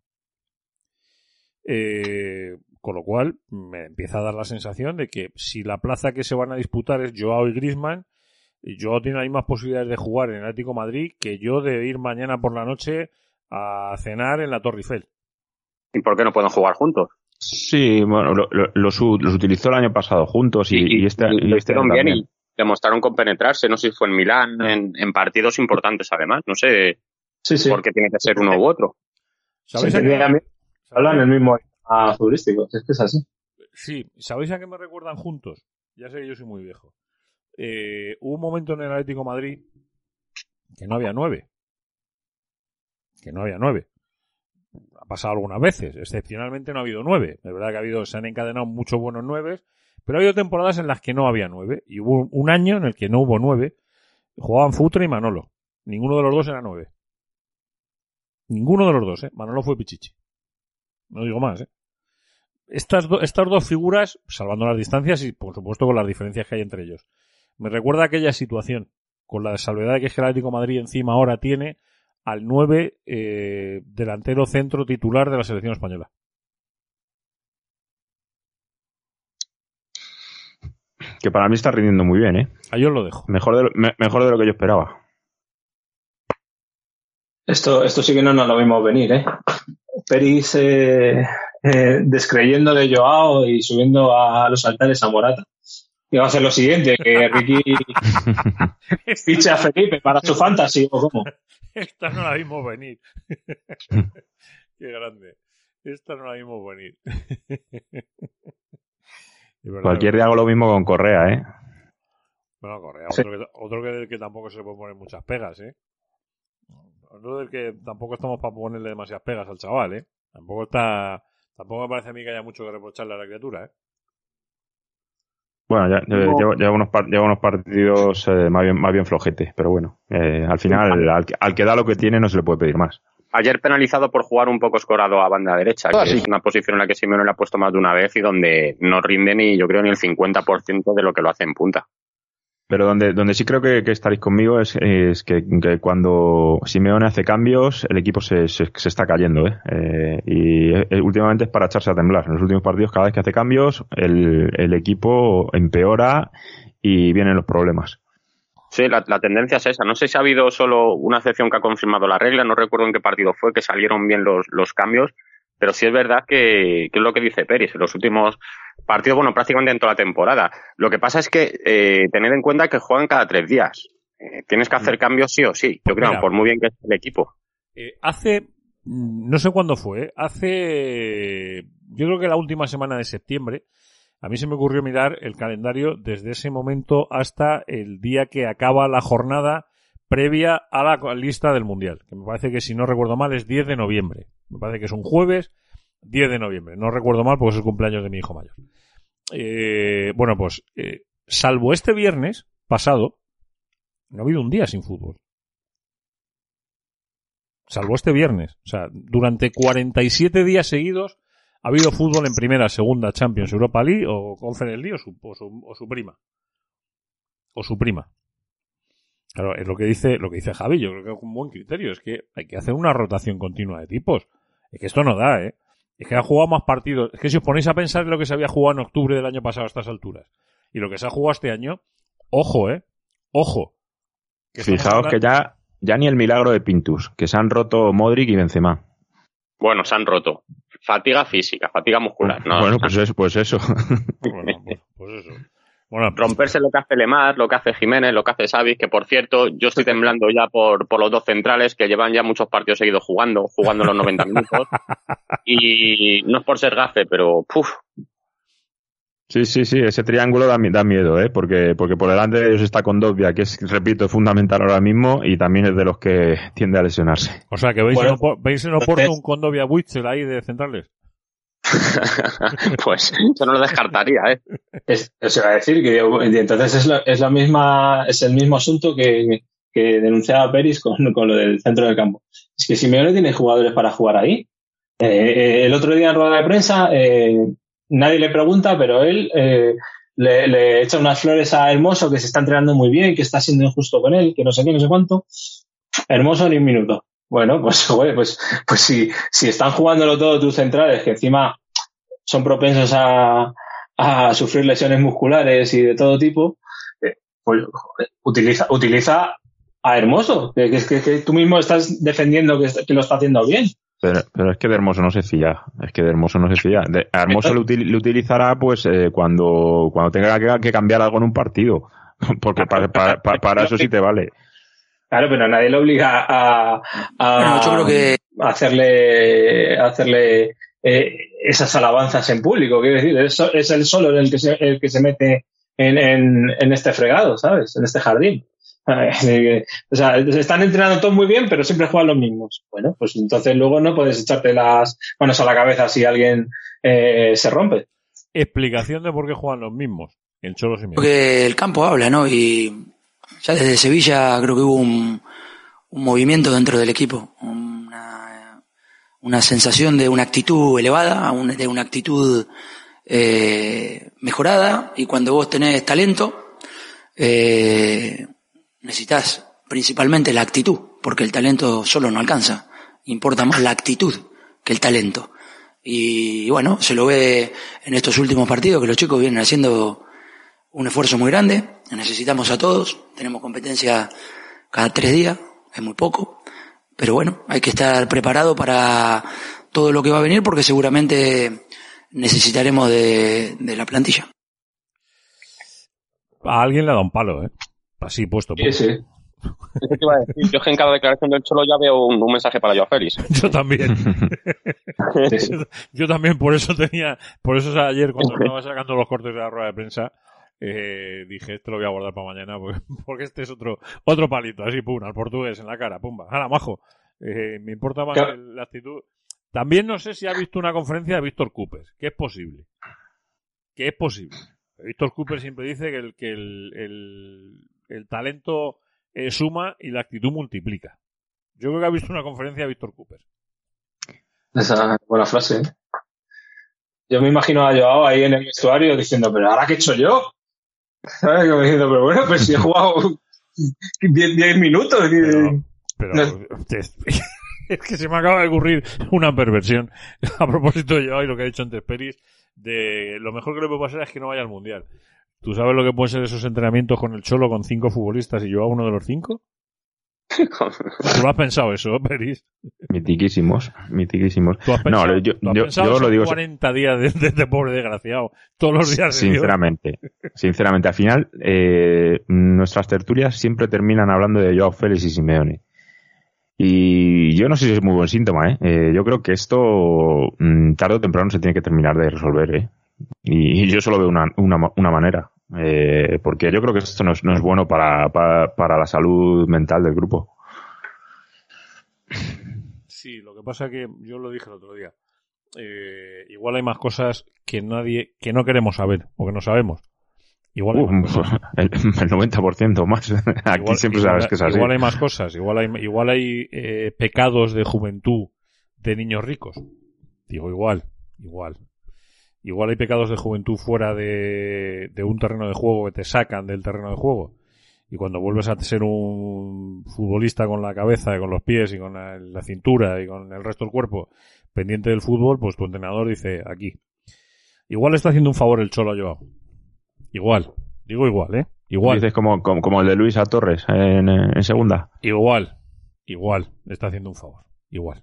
Eh, con lo cual me empieza a dar la sensación de que si la plaza que se van a disputar es Joao y Griezmann, Joao tiene las mismas posibilidades de jugar en el Atlético de Madrid que yo de ir mañana por la noche a cenar en la Torre Eiffel. ¿Y por qué no pueden jugar juntos? Sí, bueno, lo, lo, los, los utilizó el año pasado juntos y, y, y este y lo este hicieron bien también. Y demostraron compenetrarse. No sé si fue en Milán, en, en partidos importantes además. No sé sí, sí. por qué tiene que ser uno u otro. ¿Sabéis sí, a qué? Hablan el mismo futbolístico, es que es así. Sí, ¿sabéis a qué me recuerdan juntos? Ya sé que yo soy muy viejo. Eh, hubo un momento en el Atlético de Madrid que no había nueve. Que no había nueve. Ha pasado algunas veces. Excepcionalmente no ha habido nueve. Es verdad que ha habido, se han encadenado muchos buenos nueves, pero ha habido temporadas en las que no había nueve. Y hubo un año en el que no hubo nueve. Jugaban Futre y Manolo. Ninguno de los dos era nueve. Ninguno de los dos, ¿eh? Manolo fue Pichichi. No digo más, ¿eh? Estas, do, estas dos figuras, salvando las distancias y, por supuesto, con las diferencias que hay entre ellos, me recuerda a aquella situación, con la salvedad de que es que el Atlético de Madrid encima ahora tiene al nueve eh, delantero centro titular de la selección española. Que para mí está rindiendo muy bien, ¿eh? Ahí os lo dejo. Mejor de lo, me, mejor de lo que yo esperaba. Esto, esto sí que no nos lo vimos venir, ¿eh? Peris eh, eh, descreyendo de Joao y subiendo a los altares a Morata. Y va a ser lo siguiente, que Ricky fiche a Felipe para su fantasy, ¿o cómo? Esta no la vimos venir. Qué grande. Esta no la vimos venir. Cualquier día hago lo mismo con Correa, ¿eh? Bueno, Correa, sí. otro, que, otro que, que tampoco se le puede poner muchas pegas, ¿eh? Otro del que tampoco estamos para ponerle demasiadas pegas al chaval, ¿eh? Tampoco está, tampoco me parece a mí que haya mucho que reprocharle a la criatura, ¿eh? Bueno, ya, no. lleva, lleva, unos, lleva unos partidos eh, más, bien, más bien flojetes, pero bueno, eh, al final, al, al que da lo que tiene no se le puede pedir más. Ayer penalizado por jugar un poco escorado a banda derecha, que es una posición en la que Simeone le ha puesto más de una vez y donde no rinde ni, yo creo, ni el cincuenta por ciento de lo que lo hace en punta. Pero donde, donde sí creo que, que estaréis conmigo es, es que, que cuando Simeone hace cambios, el equipo se, se, se está cayendo, ¿eh? Eh, y eh, últimamente es para echarse a temblar. En los últimos partidos, cada vez que hace cambios, el, el equipo empeora y vienen los problemas. Sí, la, la tendencia es esa. No sé si ha habido solo una excepción que ha confirmado la regla, no recuerdo en qué partido fue, que salieron bien los, los cambios, pero sí es verdad que, que es lo que dice Peris, en los últimos partidos, bueno, prácticamente en toda la temporada. Lo que pasa es que eh, tened en cuenta que juegan cada tres días. Eh, tienes que hacer cambios sí o sí, yo creo, Mira, por muy bien que esté el equipo. Eh, hace, no sé cuándo fue, hace, yo creo que la última semana de septiembre, a mí se me ocurrió mirar el calendario desde ese momento hasta el día que acaba la jornada previa a la lista del Mundial, que me parece que, si no recuerdo mal, es diez de noviembre. Me parece que es un jueves diez de noviembre, no recuerdo mal porque es el cumpleaños de mi hijo mayor. Eh, bueno, pues, eh, salvo este viernes pasado, no ha habido un día sin fútbol. Salvo este viernes. O sea, durante cuarenta y siete días seguidos ha habido fútbol en primera, segunda, Champions, Europa League o Conference League o su, o su, o su prima. O su prima. Claro, es lo que dice, lo que dice Javi, yo creo que es un buen criterio, es que hay que hacer una rotación continua de tipos. Es que esto no da, ¿eh? Es que han jugado más partidos. Es que si os ponéis a pensar en lo que se había jugado en octubre del año pasado a estas alturas y lo que se ha jugado este año, ojo, ¿eh? Ojo. Que Fijaos que ya, ya ni el milagro de Pintus, que se han roto Modric y Benzema. Bueno, se han roto. Fatiga física, fatiga muscular. ¿no? Bueno, pues eso. Pues eso. Bueno, pues, pues eso. Bueno, romperse lo que hace Lemar, lo que hace Jiménez, lo que hace Xavi, que por cierto, yo estoy temblando ya por, por los dos centrales que llevan ya muchos partidos seguidos jugando, jugando los noventa minutos. Y no es por ser gafe, pero puf. Sí, sí, sí, ese triángulo da, da miedo, ¿eh? Porque, porque por delante de ellos está Kondogbia, que es, repito, fundamental ahora mismo y también es de los que tiende a lesionarse. O sea, que veis, bueno, en, veis en Oporto un Kondogbia Witzel ahí de centrales. Pues eso no lo descartaría, ¿eh? Es, os iba a decir que entonces es la, es la misma, es el mismo asunto que, que denunciaba Peris con, con lo del centro del campo. Es que Simeone tiene jugadores para jugar ahí. Eh, el otro día en rueda de prensa eh, nadie le pregunta, pero él eh, le, le echa unas flores a Hermoso, que se está entrenando muy bien, que está siendo injusto con él, que no sé qué, no sé cuánto. Hermoso ni un minuto. Bueno, pues, güey, pues, pues si, si están jugándolo todo tus centrales, que encima son propensos a, a sufrir lesiones musculares y de todo tipo, eh, pues joder, utiliza, utiliza a Hermoso, que, que, que, que tú mismo estás defendiendo que, que lo está haciendo bien. Pero, pero es que de Hermoso no se fía, es que de Hermoso no se fía. De, a Hermoso lo, util, lo utilizará pues eh, cuando, cuando tenga que, que cambiar algo en un partido, porque para, para, para, para eso sí te vale. Claro, pero nadie le obliga a, a, bueno, yo creo que... a hacerle, a hacerle eh, esas alabanzas en público. Quiero decir, es, es él solo el que se, el que se mete en, en, en este fregado, ¿sabes? En este jardín. O sea, se están entrenando todos muy bien, pero siempre juegan los mismos. Bueno, pues entonces luego no puedes echarte las manos a la cabeza si alguien eh, se rompe. Explicación de por qué juegan los mismos. El Cholo Simeone. Porque el campo habla, ¿no? Y ya desde Sevilla creo que hubo un, un movimiento dentro del equipo, una, una sensación de una actitud elevada, de una actitud eh, mejorada, y cuando vos tenés talento, eh, necesitas principalmente la actitud, porque el talento solo no alcanza, importa más la actitud que el talento. Y bueno, se lo ve en estos últimos partidos que los chicos vienen haciendo un esfuerzo muy grande, necesitamos a todos, tenemos competencia cada tres días, es muy poco, pero bueno, hay que estar preparado para todo lo que va a venir porque seguramente necesitaremos de, de la plantilla. A alguien le ha dado un palo, ¿eh? Así puesto. Sí, sí. Eso te iba a decir. Yo en cada declaración del Cholo ya veo un, un mensaje para Joao Félix. Yo también. yo, yo también, por eso tenía, por eso ayer cuando estaba sacando los cortes de la rueda de prensa, eh, dije, esto lo voy a guardar para mañana, porque, porque este es otro, otro palito, así, pum, al portugués en la cara, pumba, ¡hala, majo! Eh, me importa más claro. la actitud. También no sé si ha visto una conferencia de Víctor Cooper, que es posible. Que es posible. Víctor Cooper siempre dice que el, que el, el, el talento eh, suma y la actitud multiplica. Yo creo que ha visto una conferencia de Víctor Cooper. Esa es buena frase, ¿eh? Yo me imagino a Joao ahí en el vestuario diciendo, pero ¿ahora qué he hecho yo? ¿Sabes? Como diciendo, pero bueno, pues si he jugado diez minutos. Pero, pero no. es, es que se me acaba de ocurrir una perversión a propósito de Joao y lo que ha dicho antes Peris, de lo mejor que le puede pasar es que no vaya al Mundial. ¿Tú sabes lo que pueden ser esos entrenamientos con el Cholo con cinco futbolistas y Joao uno de los cinco? ¿Tú lo has pensado eso, Peris? Mitiquísimos, mitiquísimos. ¿Tú has pensado, no, yo, ¿tú has yo, pensado yo lo digo cuarenta días de, de, de pobre desgraciado? Todos los días. Sinceramente, sinceramente, al final, eh, nuestras tertulias siempre terminan hablando de Joao Félix y Simeone. Y yo no sé si es muy buen síntoma, ¿eh? eh yo creo que esto mmm, tarde o temprano se tiene que terminar de resolver, ¿eh? Y, y yo solo veo una, una, una manera. Eh, porque yo creo que esto no es, no es bueno para, para, para la salud mental del grupo. Sí, lo que pasa es que yo lo dije el otro día. eh, igual hay más cosas que nadie, que no queremos saber, o que no sabemos. Igual hay Uh, más cosas. el, el noventa por ciento más. Aquí Igual, siempre igual, sabes que es así. Igual hay más cosas, igual hay, igual hay eh, pecados de juventud de niños ricos. Digo, igual, igual. Igual hay pecados de juventud fuera de, de un terreno de juego que te sacan del terreno de juego. Y cuando vuelves a ser un futbolista con la cabeza y con los pies y con la, la cintura y con el resto del cuerpo pendiente del fútbol, pues tu entrenador dice, aquí. Igual le está haciendo un favor el Cholo a Joao. Igual. Digo igual, ¿eh? Igual. Dices como, como, como el de Luis a Torres en, en segunda. Igual. Igual. Le está haciendo un favor. Igual.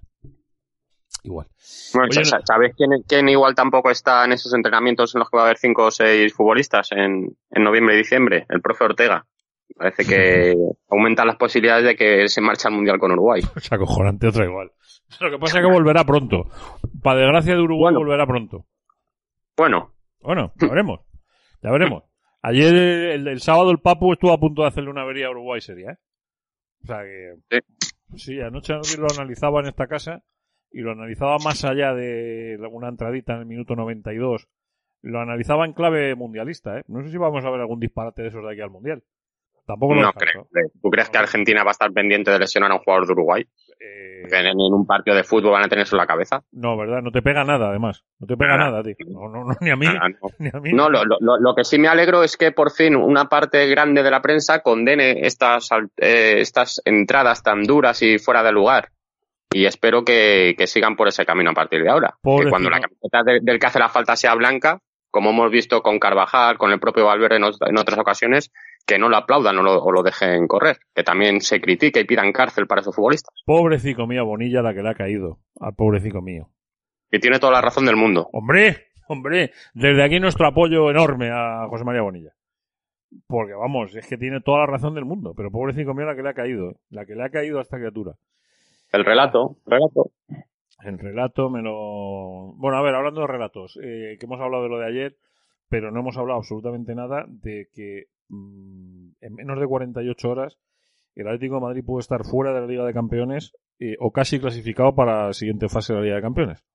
Igual. Bueno, Oye, ¿sabéis quién, quién igual tampoco está en esos entrenamientos en los que va a haber cinco o seis futbolistas en, en noviembre y diciembre? El profe Ortega. Parece que aumenta las posibilidades de que se marche al Mundial con Uruguay. Es acojonante otra igual. Lo que pasa es que volverá pronto. Para desgracia de Uruguay, bueno, volverá pronto. Bueno. Bueno, ya veremos. Ya veremos. Ayer, el, el sábado, el Papu estuvo a punto de hacerle una avería a Uruguay seria, ¿eh? O sea que... Sí, sí anoche lo analizaba en esta casa y lo analizaba más allá de una entradita en el minuto noventa y dos. Lo analizaba en clave mundialista, ¿eh? No sé si vamos a ver algún disparate de esos de aquí al Mundial. Tampoco lo No creo. ¿Tú crees que Argentina va a estar pendiente de lesionar a un jugador de Uruguay? Eh... En, en un partido de fútbol van a tener eso en la cabeza. No, ¿verdad? No te pega nada, además. No te pega nada, nada tío. No, no, no, ni a mí. Nada, no, ni a mí. No, lo, lo, lo que sí me alegro es que por fin una parte grande de la prensa condene estas, eh, estas entradas tan duras y fuera de lugar. Y espero que, que sigan por ese camino a partir de ahora. Pobre que cuando tío. La camiseta de, del que hace la falta sea blanca, como hemos visto con Carvajal, con el propio Valverde en, en otras ocasiones, que no lo aplaudan o lo, o lo dejen correr, que también se critique y pidan cárcel para esos futbolistas. Pobrecito mío, Bonilla la que le ha caído, al pobrecito mío. Y tiene toda la razón del mundo. Hombre, hombre, desde aquí nuestro apoyo enorme a José María Bonilla. Porque vamos, es que tiene toda la razón del mundo, pero pobrecito mío la que le ha caído, la que le ha caído a esta criatura. El relato, relato. El relato me lo... Bueno, a ver, hablando de relatos, eh, que hemos hablado de lo de ayer, pero no hemos hablado absolutamente nada de que mmm, en menos de cuarenta y ocho horas el Atlético de Madrid puede estar fuera de la Liga de Campeones eh, o casi clasificado para la siguiente fase de la Liga de Campeones.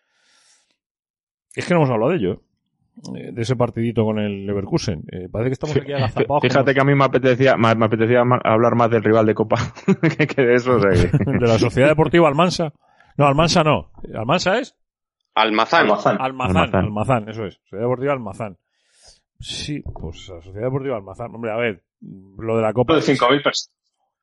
Es que no hemos hablado de ello, eh, de ese partidito con el Leverkusen. Eh, parece que estamos aquí agazapados. Fíjate como... que a mí me apetecía, me, me apetecía hablar más del rival de Copa que de eso. O sea que... De la Sociedad Deportiva Almansa. No, Almansa no. ¿Almansa es? Almazán. Almazán. Almazán, Almazán, Almazán, eso es. Sociedad Deportiva Almazán. Sí, pues la Sociedad Deportiva Almazán. Hombre, a ver, lo de la Copa... De cinco mil personas.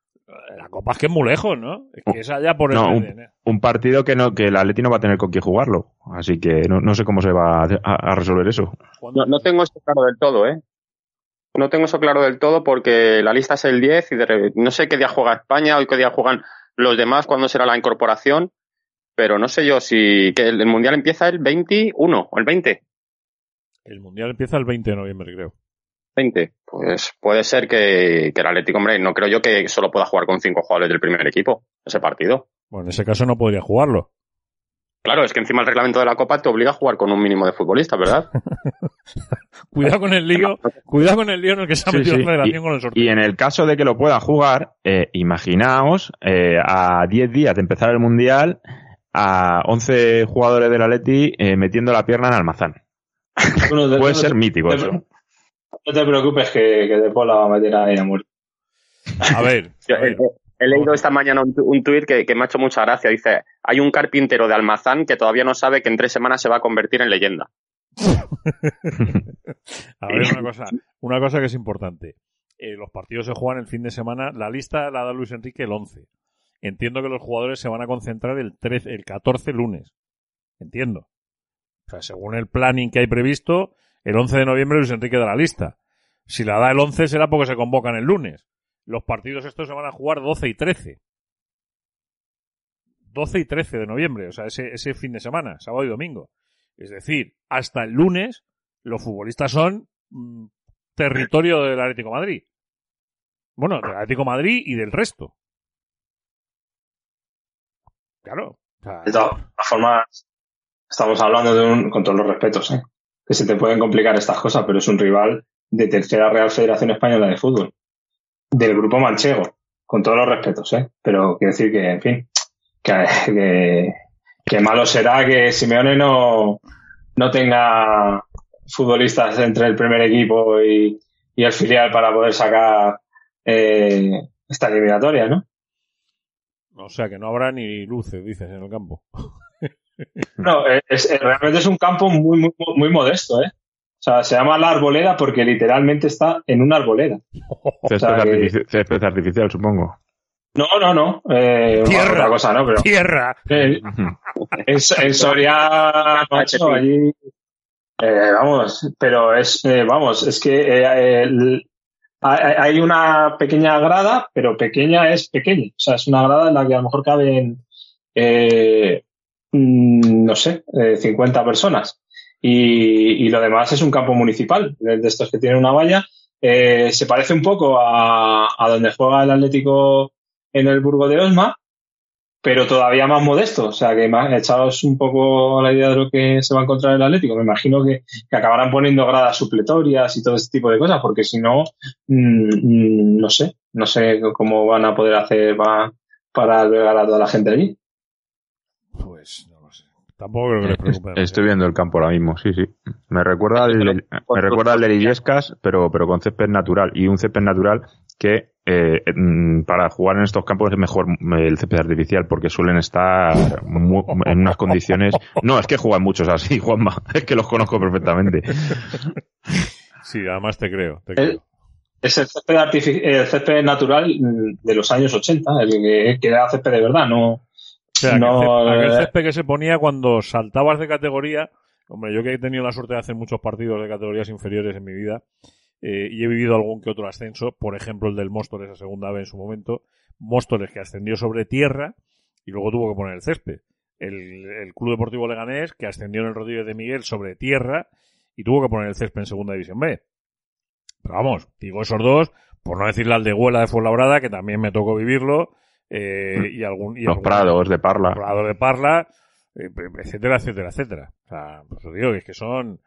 La Copa es que es muy lejos, ¿no? Es que es allá por el... No, un, un partido que no que el Atleti no va a tener con quién jugarlo. Así que no, no sé cómo se va a, a resolver eso. No, no tengo esto claro del todo, ¿eh? No tengo eso claro del todo porque la lista es el diez y de, no sé qué día juega España o qué día juegan los demás, cuándo será la incorporación. Pero no sé yo si que el, el Mundial empieza el veintiuno o el veinte. El Mundial empieza el veinte de noviembre, creo. veinte. Pues puede ser que, que el Atlético, hombre, no creo yo que solo pueda jugar con cinco jugadores del primer equipo, ese partido. Bueno, en ese caso no podría jugarlo. Claro, es que encima el reglamento de la Copa te obliga a jugar con un mínimo de futbolistas, ¿verdad? Cuidado con el lío, cuidado con el lío en el que se ha metido sí, sí. la federación y, con el sorteo. Y en el caso de que lo pueda jugar, eh, imaginaos eh, a diez días de empezar el Mundial a once jugadores del Atleti eh, metiendo la pierna en Almazán. Bueno, de, Puede no ser te, mítico de, eso. No te preocupes que, que De Paul la va a meter ahí a muerte. A ver. Yo, a ver. He, he leído esta mañana un, un tuit que, que me ha hecho mucha gracia. Dice, hay un carpintero de Almazán que todavía no sabe que en tres semanas se va a convertir en leyenda. A ver, una cosa, una cosa que es importante. Eh, los partidos se juegan el fin de semana. La lista la da Luis Enrique el once. Entiendo que los jugadores se van a concentrar el trece, el catorce lunes. Entiendo. O sea, según el planning que hay previsto, el once de noviembre Luis Enrique da la lista. Si la da el once será porque se convocan el lunes. Los partidos estos se van a jugar doce y trece. doce y trece de noviembre, o sea, ese, ese fin de semana, sábado y domingo. Es decir, hasta el lunes los futbolistas son mmm, territorio del Atlético de Madrid. Bueno, del Atlético de Madrid y del resto. Claro. O sea, de todas formas, estamos hablando de un, con todos los respetos, ¿eh? que se te pueden complicar estas cosas, pero es un rival de tercera Real Federación Española de Fútbol, del grupo manchego, con todos los respetos, ¿eh? Pero quiero decir que, en fin, que, que, qué malo será que Simeone no, no tenga futbolistas entre el primer equipo y, y el filial para poder sacar eh, esta eliminatoria, ¿no? O sea, que no habrá ni luces, dices, en el campo. No, es, es, realmente es un campo muy, muy, muy modesto, ¿eh? O sea, se llama La Arboleda porque literalmente está en una arboleda. Césped, o sea, artifici- que... césped artificial, supongo. No, no, no. Eh, tierra, otra cosa, ¿no? Pero, tierra. Eh, en, en Soria, macho, allí... Eh, vamos, pero es, eh, vamos, es que eh, el, hay una pequeña grada, pero pequeña es pequeña. O sea, es una grada en la que a lo mejor caben, eh, no sé, eh, cincuenta personas. Y, y lo demás es un campo municipal, de estos que tienen una valla. Eh, se parece un poco a, a donde juega el Atlético en el Burgo de Osma, pero todavía más modesto. O sea, que más, echaos un poco la idea de lo que se va a encontrar el Atlético. Me imagino que, que acabarán poniendo gradas supletorias y todo este tipo de cosas, porque si no, mmm, no sé, no sé cómo van a poder hacer para, para albergar a toda la gente allí. Pues no lo sé. Tampoco creo que les preocupe. Estoy viendo el campo ahora mismo, sí, sí. Me recuerda al, me recuerda al de Illescas, pero, pero con césped natural. Y un césped natural que eh, para jugar en estos campos es mejor el césped artificial porque suelen estar muy, en unas condiciones... No, es que juegan muchos así, Juanma. Es que los conozco perfectamente. Sí, además te creo, te creo. Es el césped, artific- el césped natural de los años ochenta, el que, que era césped de verdad, no... O sea, no, aquel, aquel césped que se ponía cuando saltabas de categoría. Hombre, yo que he tenido la suerte de hacer muchos partidos de categorías inferiores en mi vida, eh, y he vivido algún que otro ascenso, por ejemplo el del Móstoles a segunda vez en su momento, Móstoles que ascendió sobre tierra y luego tuvo que poner el césped. El, el Club Deportivo Leganés que ascendió en el Rodríguez de Miguel sobre tierra y tuvo que poner el césped en segunda división B. Pero vamos, digo esos dos, por no decir la Aldehuela de Fuenlabrada, que también me tocó vivirlo, eh, y algún... Y los algún, Prados de Parla. Prados de Parla, eh, etcétera, etcétera, etcétera. O sea, pues os digo que es que son...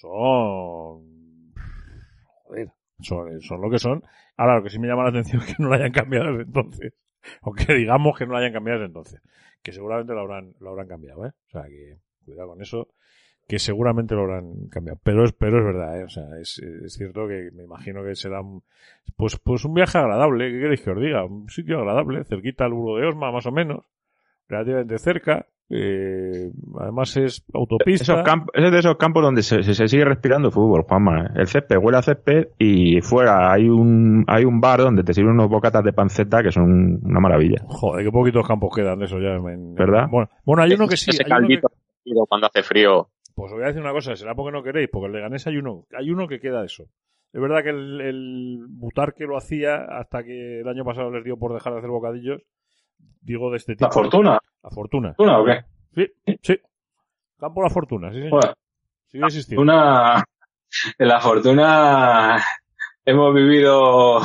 Son... Joder, son, son lo que son. Ahora, lo que sí me llama la atención es que no lo hayan cambiado desde entonces. O que digamos que no lo hayan cambiado desde entonces. Que seguramente lo habrán, lo habrán cambiado, ¿eh? O sea, que cuidado con eso. Que seguramente lo habrán cambiado. Pero es, pero es verdad, ¿eh? O sea, es, es cierto que me imagino que será un, pues, pues un viaje agradable. ¿Qué queréis que os diga? Un sitio agradable, cerquita al Burgo de Osma, más o menos. Relativamente cerca. Eh, además es autopista. Esos campos, es de esos campos donde se, se, se sigue respirando fútbol, Juanma. El césped huele a césped y fuera hay un hay un bar donde te sirven unos bocatas de panceta que son una maravilla. Joder, qué poquitos campos quedan de eso ya. En, ¿verdad? Bueno, bueno, hay uno que sí. Ese Hay uno caldito que... cuando hace frío. Pues os voy a decir una cosa, será porque no queréis, porque el Leganés hay uno, hay uno que queda de eso. Es verdad que el, el Butarque lo hacía hasta que el año pasado les dio por dejar de hacer bocadillos. Digo de este tipo. ¿La Fortuna? ¿La Fortuna? ¿Fortuna o qué? Sí, sí. Campo La Fortuna, sí, señor. Bueno, sigue existiendo. Una... En La Fortuna hemos vivido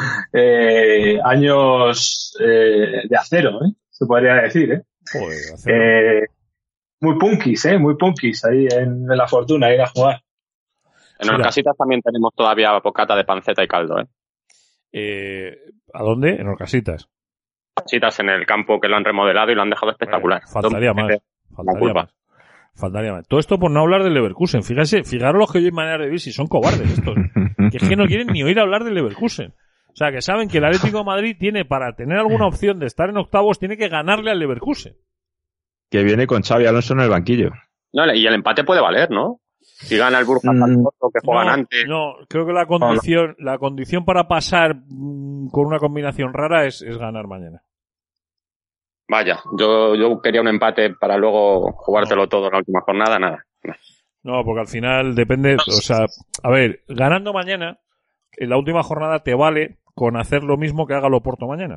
eh, años eh, de acero, ¿eh? Se podría decir, ¿eh? Joder, acero. Eh, muy punkis, ¿eh? Muy punkis ahí en, en La Fortuna, ir a jugar. En Orcasitas también tenemos todavía bocata de panceta y caldo, ¿eh? eh ¿A dónde? En Orcasitas. Orcasitas en el campo que lo han remodelado y lo han dejado espectacular. Bueno, faltaría más. Faltaría más. Faltaría más. Todo esto por no hablar del Leverkusen. Fíjate, fijaros los que oyen manera de vivir si son cobardes estos. Que es que no quieren ni oír hablar del Leverkusen. O sea, que saben que el Atlético de Madrid tiene, para tener alguna opción de estar en octavos, tiene que ganarle al Leverkusen. Que viene con Xavi Alonso en el banquillo. No, y el empate puede valer, ¿no? Si gana el Burja mm, que juegan no, antes. No, creo que la condición, la condición para pasar mmm, con una combinación rara es, es ganar mañana. Vaya, yo, yo quería un empate para luego jugártelo no. todo en la última jornada, nada. No, porque al final depende, o sea, a ver, ganando mañana, en la última jornada te vale con hacer lo mismo que haga el Oporto mañana.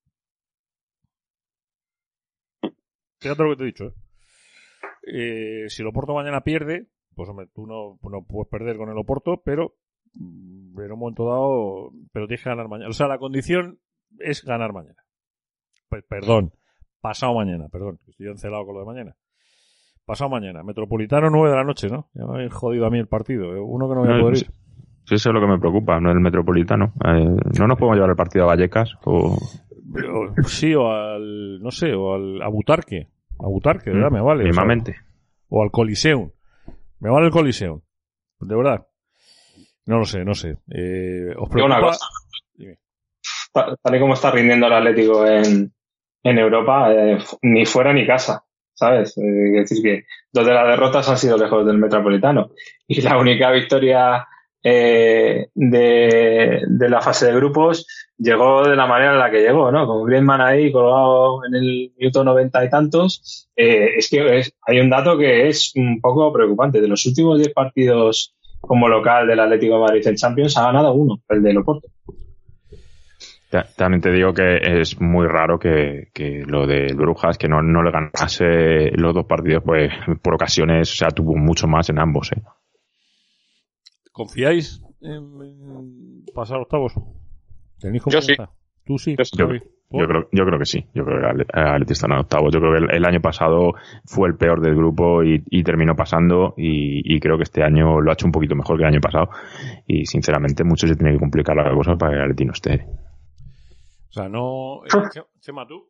Fíjate lo que te he dicho, ¿eh? Eh, si el Oporto mañana pierde, pues hombre, tú no, no puedes perder con el Oporto, pero en un momento dado, pero tienes que ganar mañana. O sea, la condición es ganar mañana. Pues, perdón, pasado mañana, perdón, estoy encelado con lo de mañana. Pasado mañana, Metropolitano nueve de la noche, ¿no? Ya me habéis jodido a mí el partido, ¿eh? Uno que no voy a poder ir. Sí, eso es lo que me preocupa, no el Metropolitano. Eh, ¿No nos podemos llevar el partido a Vallecas? O... Pero, sí, o al, no sé, o al a Butarque. A Butarque, de verdad, me vale. Mismamente. O, sea, o al Coliseum. Me vale el Coliseum. De verdad. No lo sé, no sé. Eh, ¿Os preocupa? Una cosa. Dime. Tal y como está rindiendo el Atlético en, en Europa, eh, ni fuera ni casa, ¿sabes? Eh, es decir, que dos de las derrotas han sido lejos del Metropolitano. Y la única victoria eh, de, de la fase de grupos llegó de la manera en la que llegó, ¿no? Con Griezmann ahí colgado en el minuto noventa y tantos. Eh, es que es, hay un dato que es un poco preocupante. De los últimos diez partidos como local del Atlético de Madrid en Champions, ha ganado uno, el de Oporto. También te digo que es muy raro que, que lo de Brujas, que no, no le ganase los dos partidos, pues por ocasiones, o sea, tuvo mucho más en ambos, ¿eh? ¿Confiáis en pasar octavos? ¿Tenéis confianza? Yo sí. ¿Tú sí? Yo, yo, creo, yo creo que sí. Yo creo que el Atleti está en octavos. Yo creo que el, el año pasado fue el peor del grupo y, y terminó pasando y, y creo que este año lo ha hecho un poquito mejor que el año pasado y sinceramente mucho se tiene que complicar la cosa para que el Atleti no esté. O sea, no... Chema, ¿tú?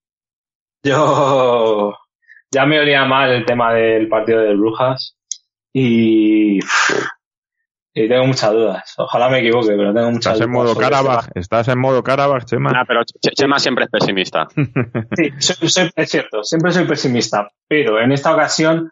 Yo ya me olía mal el tema del partido de Brujas y, y tengo muchas dudas. Ojalá me equivoque, pero tengo muchas ¿Estás dudas. En modo Karabaj? ¿Estás en modo Karabaj, Chema? Nah, pero Chema siempre es pesimista. Sí, soy, soy, es cierto, siempre soy pesimista, pero en esta ocasión,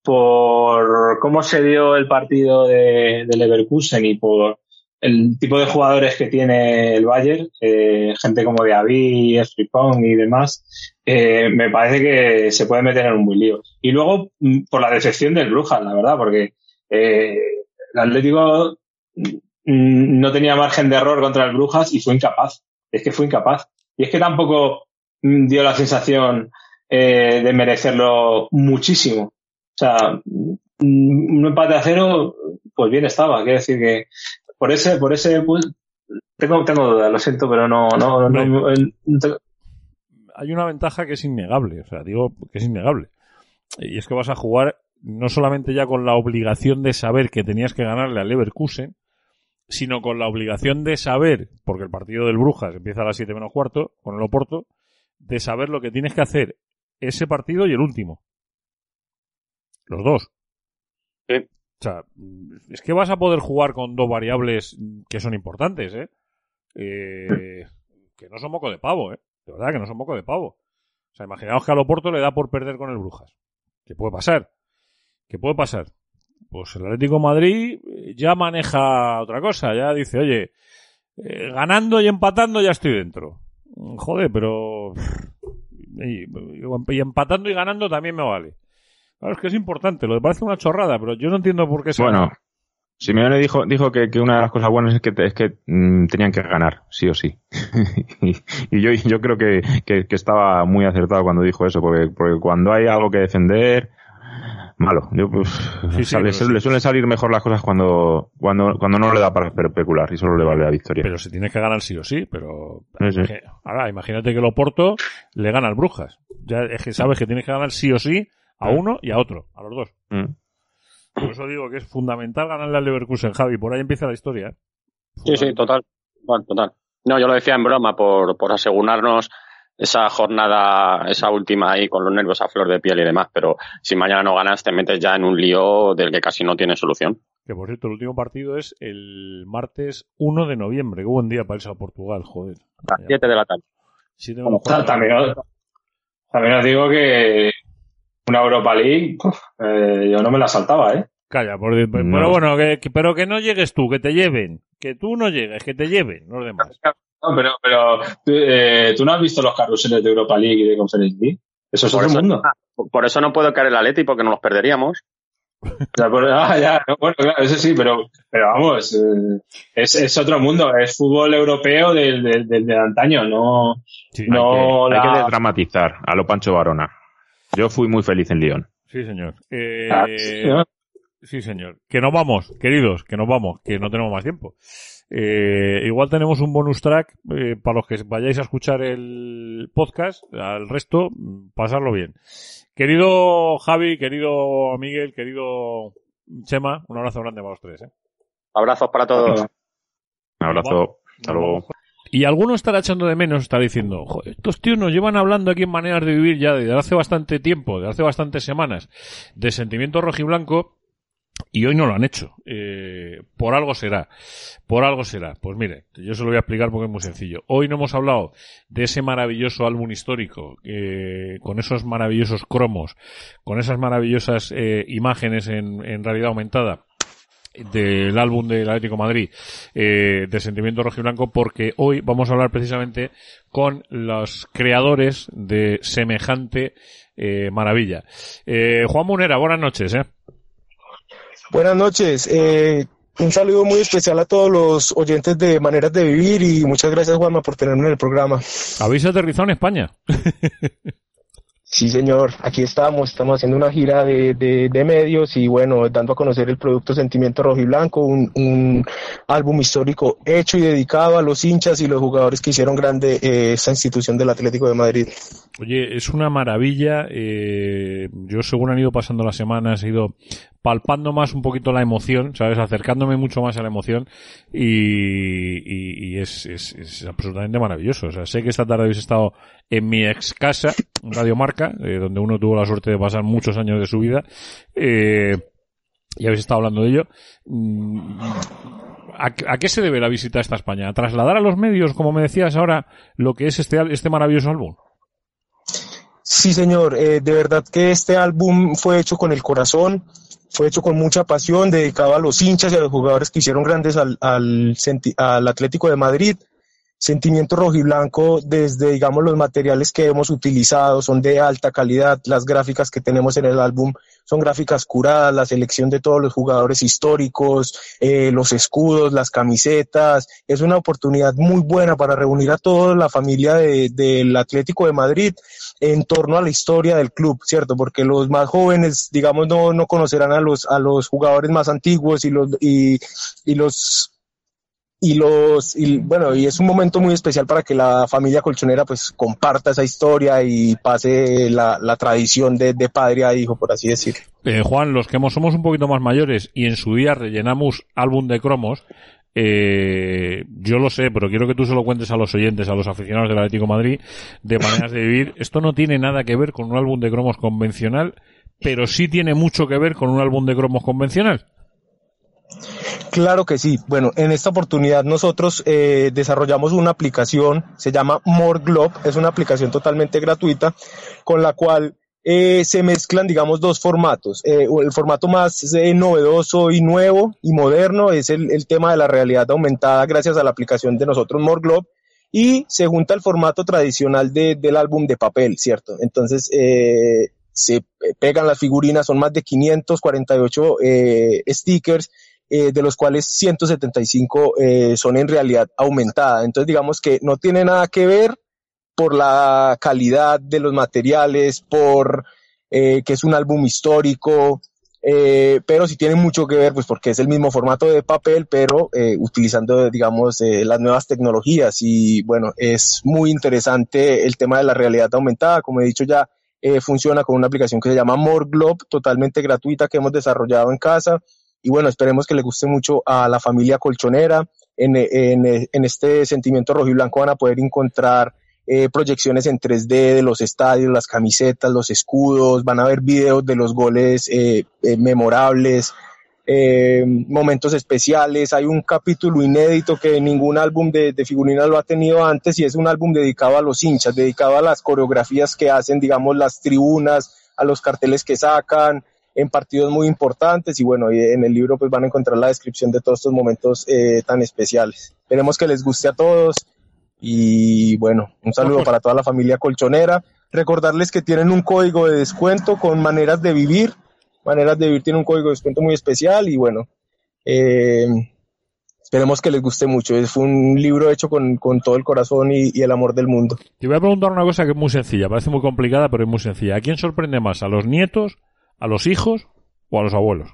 por cómo se dio el partido de, de Leverkusen y por el tipo de jugadores que tiene el Bayern, eh, gente como Diaby, Frimpong y demás, eh, me parece que se puede meter en un muy lío. Y luego, por la decepción del Brujas, la verdad, porque eh, el Atlético no tenía margen de error contra el Brujas y fue incapaz. Es que fue incapaz. Y es que tampoco dio la sensación eh, de merecerlo muchísimo. O sea, un empate a cero, pues bien estaba. Quiero decir que por ese, por ese, pues, tengo, tengo dudas, lo siento, pero no, no, no, no, no. Hay una ventaja que es innegable, o sea, digo que es innegable. Y es que vas a jugar no solamente ya con la obligación de saber que tenías que ganarle al Leverkusen, sino con la obligación de saber, porque el partido del Brujas empieza a las siete menos cuarto, con el Oporto, de saber lo que tienes que hacer ese partido y el último. Los dos. Sí. O sea, es que vas a poder jugar con dos variables que son importantes, ¿eh? eh que no son moco de pavo, ¿eh? De verdad que no son moco de pavo. O sea, imaginaos que al Oporto le da por perder con el Brujas. ¿Qué puede pasar? ¿Qué puede pasar? Pues el Atlético de Madrid ya maneja otra cosa. Ya dice, oye, eh, ganando y empatando ya estoy dentro. Joder, pero... Y, y empatando y ganando también me vale. Claro, es que es importante. Lo que parece una chorrada, pero yo no entiendo por qué se... Bueno, Simeone dijo dijo que, que una de las cosas buenas es que es que mmm, tenían que ganar, sí o sí. y, y yo yo creo que, que, que estaba muy acertado cuando dijo eso, porque, porque cuando hay algo que defender, malo. Yo, pues, sí, sí, sale, sí. Le suelen salir mejor las cosas cuando cuando cuando no le da para especular y solo le vale la victoria. Pero se tiene que ganar sí o sí, pero... Sí, sí. Ahora, imagínate que el Oporto le gana al Brujas. Ya es que sabes que tienes que ganar sí o sí a uno y a otro, a los dos. Mm. Por eso digo que es fundamental ganarle al Leverkusen, Javi. Por ahí empieza la historia, ¿eh? Sí, sí, total. Bueno, total. No, yo lo decía en broma por, por asegurarnos esa jornada, esa última ahí con los nervios a flor de piel y demás, pero si mañana no ganas te metes ya en un lío del que casi no tiene solución. Que por cierto, el último partido es el martes uno de noviembre. Qué buen día para irse a Portugal, joder. A las siete de la tarde. siete Bueno, también, también os digo que una Europa League, uf, eh, yo no me la saltaba, ¿eh? Calla, por, pero no. bueno, que, que, pero que no llegues tú, que te lleven. Que tú no llegues, que te lleven los demás. No, pero, pero eh, ¿tú no has visto los carruseles de Europa League y de Conference League? Eso es Por otro eso, mundo. por eso no puedo caer el Atleti porque nos los perderíamos. Ya, por, ah, ya, no, bueno, claro, eso sí, pero, pero vamos, eh, es, es otro mundo, es fútbol europeo del de, de, de antaño, no, Sí, no hay, que, la... hay que desdramatizar a lo Pancho Varona. Yo fui muy feliz en Lyon. Sí, señor. Eh, Ah, sí, ¿no? sí, señor. Que nos vamos, queridos, que nos vamos, que no tenemos más tiempo. Eh, igual tenemos un bonus track eh, para los que vayáis a escuchar el podcast. Al resto, pasarlo bien. Querido Javi, querido Miguel, querido Chema, un abrazo grande para los tres, ¿eh? Abrazos para todos. Un abrazo. Hasta luego. Y alguno estará echando de menos, estará diciendo, joder, estos tíos nos llevan hablando aquí en Maneras de Vivir ya desde hace bastante tiempo, desde hace bastantes semanas, de sentimiento rojiblanco, y hoy no lo han hecho. Eh, por algo será. Por algo será. Pues mire, yo se lo voy a explicar porque es muy sencillo. Hoy no hemos hablado de ese maravilloso álbum histórico, eh, con esos maravillosos cromos, con esas maravillosas eh, imágenes en, en realidad aumentada, del álbum del Atlético de Madrid, eh, de Sentimiento Rojiblanco, porque hoy vamos a hablar precisamente con los creadores de semejante eh, maravilla. Eh, Juan Munera, buenas noches, eh. Buenas noches, eh, un saludo muy especial a todos los oyentes de Maneras de Vivir y muchas gracias, Juanma, por tenerme en el programa. ¿Habéis aterrizado en España? Sí, señor, aquí estamos, estamos haciendo una gira de, de, de medios y bueno, dando a conocer el producto Sentimiento Rojiblanco, un, un álbum histórico hecho y dedicado a los hinchas y los jugadores que hicieron grande eh, esta institución del Atlético de Madrid. Oye, es una maravilla, eh, yo según han ido pasando las semanas he ido palpando más un poquito la emoción, ¿sabes? Acercándome mucho más a la emoción y, y, y es, es, es absolutamente maravilloso. O sea, sé que esta tarde habéis estado en mi ex casa, Radio Marca, eh, donde uno tuvo la suerte de pasar muchos años de su vida, eh, y habéis estado hablando de ello. ¿A, ¿A qué se debe la visita a esta España? ¿A trasladar a los medios, como me decías ahora, lo que es este, este maravilloso álbum? Sí, señor, eh, de verdad que este álbum fue hecho con el corazón, fue hecho con mucha pasión, dedicado a los hinchas y a los jugadores que hicieron grandes al, al, al Atlético de Madrid. Sentimiento Rojiblanco, desde, digamos, los materiales que hemos utilizado son de alta calidad, las gráficas que tenemos en el álbum son gráficas curadas, la selección de todos los jugadores históricos, eh, los escudos, las camisetas, es una oportunidad muy buena para reunir a toda la familia de, del Atlético de Madrid en torno a la historia del club, ¿cierto? Porque los más jóvenes, digamos, no, no conocerán a los, a los jugadores más antiguos y los, y, y los, y los, y bueno, y es un momento muy especial para que la familia colchonera pues comparta esa historia y pase la, la tradición de, de padre a hijo, por así decirlo. Eh, Juan, los que somos un poquito más mayores y en su día rellenamos álbum de cromos, eh, yo lo sé, pero quiero que tú se lo cuentes a los oyentes, a los aficionados del Atlético de Madrid, de Maneras de Vivir. Esto no tiene nada que ver con un álbum de cromos convencional, pero sí tiene mucho que ver con un álbum de cromos convencional. Claro que sí. Bueno, en esta oportunidad nosotros eh, desarrollamos una aplicación, se llama More Globe, es una aplicación totalmente gratuita, con la cual eh, se mezclan, digamos, dos formatos. Eh, el formato más eh, novedoso y nuevo y moderno es el, el tema de la realidad aumentada gracias a la aplicación de nosotros More Globe, y se junta el formato tradicional de, del álbum de papel, ¿cierto? Entonces, eh, se pegan las figurinas, son más de quinientos cuarenta y ocho eh, stickers, Eh, de los cuales ciento setenta y cinco eh, son en realidad aumentada. Entonces digamos que no tiene nada que ver por la calidad de los materiales, por eh, que es un álbum histórico, eh, pero sí tiene mucho que ver pues porque es el mismo formato de papel, pero eh, utilizando digamos eh, las nuevas tecnologías. Y bueno, es muy interesante el tema de la realidad aumentada. Como he dicho ya, eh, funciona con una aplicación que se llama More Globe, totalmente gratuita, que hemos desarrollado en casa. Y bueno, esperemos que le guste mucho a la familia colchonera. En, en, en este Sentimiento Rojiblanco van a poder encontrar eh, proyecciones en tres D de los estadios, las camisetas, los escudos, van a ver videos de los goles eh, eh, memorables, eh, momentos especiales. Hay un capítulo inédito que ningún álbum de, de figurinas lo ha tenido antes, y es un álbum dedicado a los hinchas, dedicado a las coreografías que hacen, digamos, las tribunas, a los carteles que sacan en partidos muy importantes. Y bueno, en el libro pues van a encontrar la descripción de todos estos momentos eh, tan especiales. Esperemos que les guste a todos y bueno, un saludo para toda la familia colchonera. Recordarles que tienen un código de descuento con Maneras de Vivir. Maneras de Vivir tiene un código de descuento muy especial y bueno, eh, esperemos que les guste mucho. Es un libro hecho con, con todo el corazón y, y el amor del mundo. Te voy a preguntar una cosa que es muy sencilla, parece muy complicada, pero es muy sencilla. ¿A quién sorprende más? ¿A los nietos, a los hijos o a los abuelos?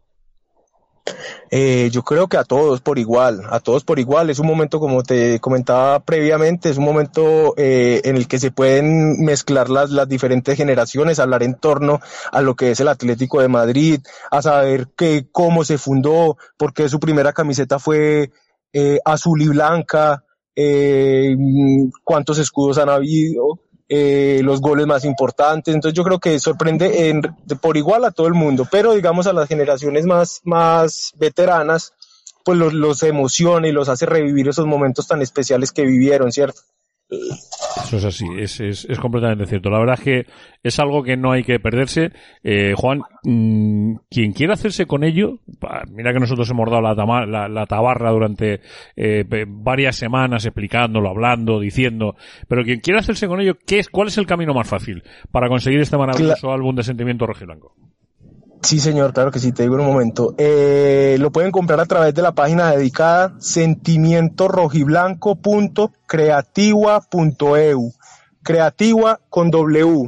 Eh, yo creo que a todos por igual, a todos por igual. Es un momento, como te comentaba previamente, es un momento eh, en el que se pueden mezclar las, las diferentes generaciones, hablar en torno a lo que es el Atlético de Madrid, a saber que, cómo se fundó, por qué su primera camiseta fue eh, azul y blanca, eh, cuántos escudos han habido, eh, los goles más importantes. Entonces yo creo que sorprende en, de, por igual a todo el mundo, pero digamos a las generaciones más, más veteranas, pues los, los emociona y los hace revivir esos momentos tan especiales que vivieron, ¿cierto? Eso es así, es, es, es completamente cierto. La verdad es que es algo que no hay que perderse. Eh, Juan, mmm, quien quiera hacerse con ello, mira que nosotros hemos dado la, tama, la, la tabarra durante eh, varias semanas explicándolo, hablando, diciendo, pero quien quiera hacerse con ello, ¿qué es, ¿cuál es el camino más fácil para conseguir este maravilloso Cla- álbum de Sentimiento Rojiblanco? Sí, señor, claro que sí, te digo en un momento. Eh, lo pueden comprar a través de la página dedicada sentimiento rojiblanco punto creativa punto e u. Creativa con W.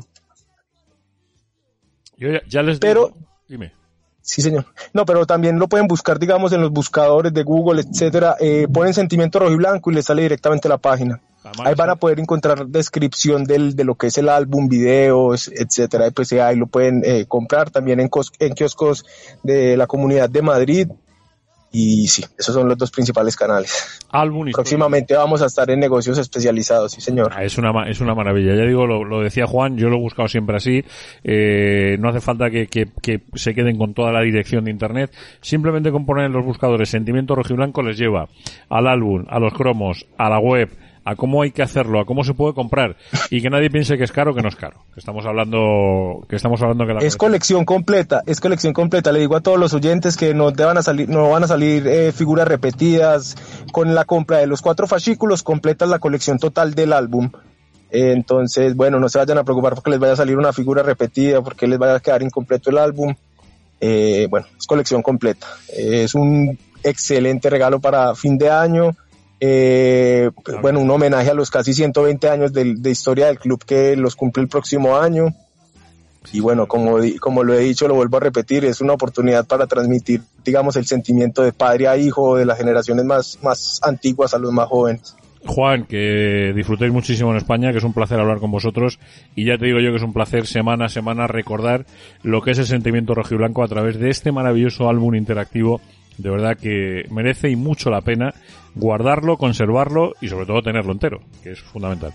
Yo ya, ya les Pero, digo, dime. Sí, señor. No, pero también lo pueden buscar, digamos, en los buscadores de Google, etcétera. Eh, ponen Sentimiento Rojiblanco y les sale directamente la página. Ahí van a poder encontrar descripción del, de lo que es el álbum, videos, etcétera. Pues ahí lo pueden eh, comprar también en, cos, en kioscos de la Comunidad de Madrid. Y sí, esos son los dos principales canales. Álbum Próximamente histórico. Vamos a estar en negocios especializados, sí, señor. Ah, es una es una maravilla. Ya digo, lo, lo decía Juan, yo lo he buscado siempre así. Eh, no hace falta que, que, que se queden con toda la dirección de internet. Simplemente con poner en los buscadores Sentimiento Rojiblanco les lleva al álbum, a los cromos, a la web, a cómo hay que hacerlo, a cómo se puede comprar, y que nadie piense que es caro, que no es caro. Que estamos hablando, que estamos hablando que la es colección completa, es colección completa. Le digo a todos los oyentes que no te van a salir, no van a salir eh, figuras repetidas. Con la compra de los cuatro fascículos completas la colección total del álbum. Eh, entonces, bueno, no se vayan a preocupar porque les vaya a salir una figura repetida, porque les vaya a quedar incompleto el álbum. Eh, bueno, es colección completa. Eh, es un excelente regalo para fin de año. Eh, pues, bueno, un homenaje a los casi ciento veinte años de, de historia del club que los cumple el próximo año. Y bueno, como, como lo he dicho, lo vuelvo a repetir, es una oportunidad para transmitir, digamos, el sentimiento de padre a hijo, de las generaciones más, más antiguas a los más jóvenes. Juan, que disfrutéis muchísimo en España, que es un placer hablar con vosotros, y ya te digo yo que es un placer semana a semana recordar lo que es el Sentimiento Rojiblanco a través de este maravilloso álbum interactivo. De verdad que merece y mucho la pena guardarlo, conservarlo y sobre todo tenerlo entero, que es fundamental.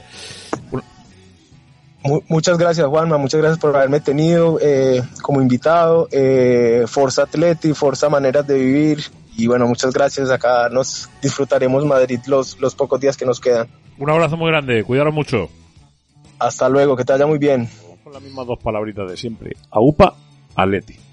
Muchas gracias, Juanma, muchas gracias por haberme tenido eh, como invitado. Eh, Forza Atleti, Forza Maneras de Vivir, y bueno, muchas gracias. Acá nos disfrutaremos Madrid los, los pocos días que nos quedan. Un abrazo muy grande, cuidaros mucho. Hasta luego, que te vaya muy bien. Con las mismas dos palabritas de siempre. Aupa Atleti.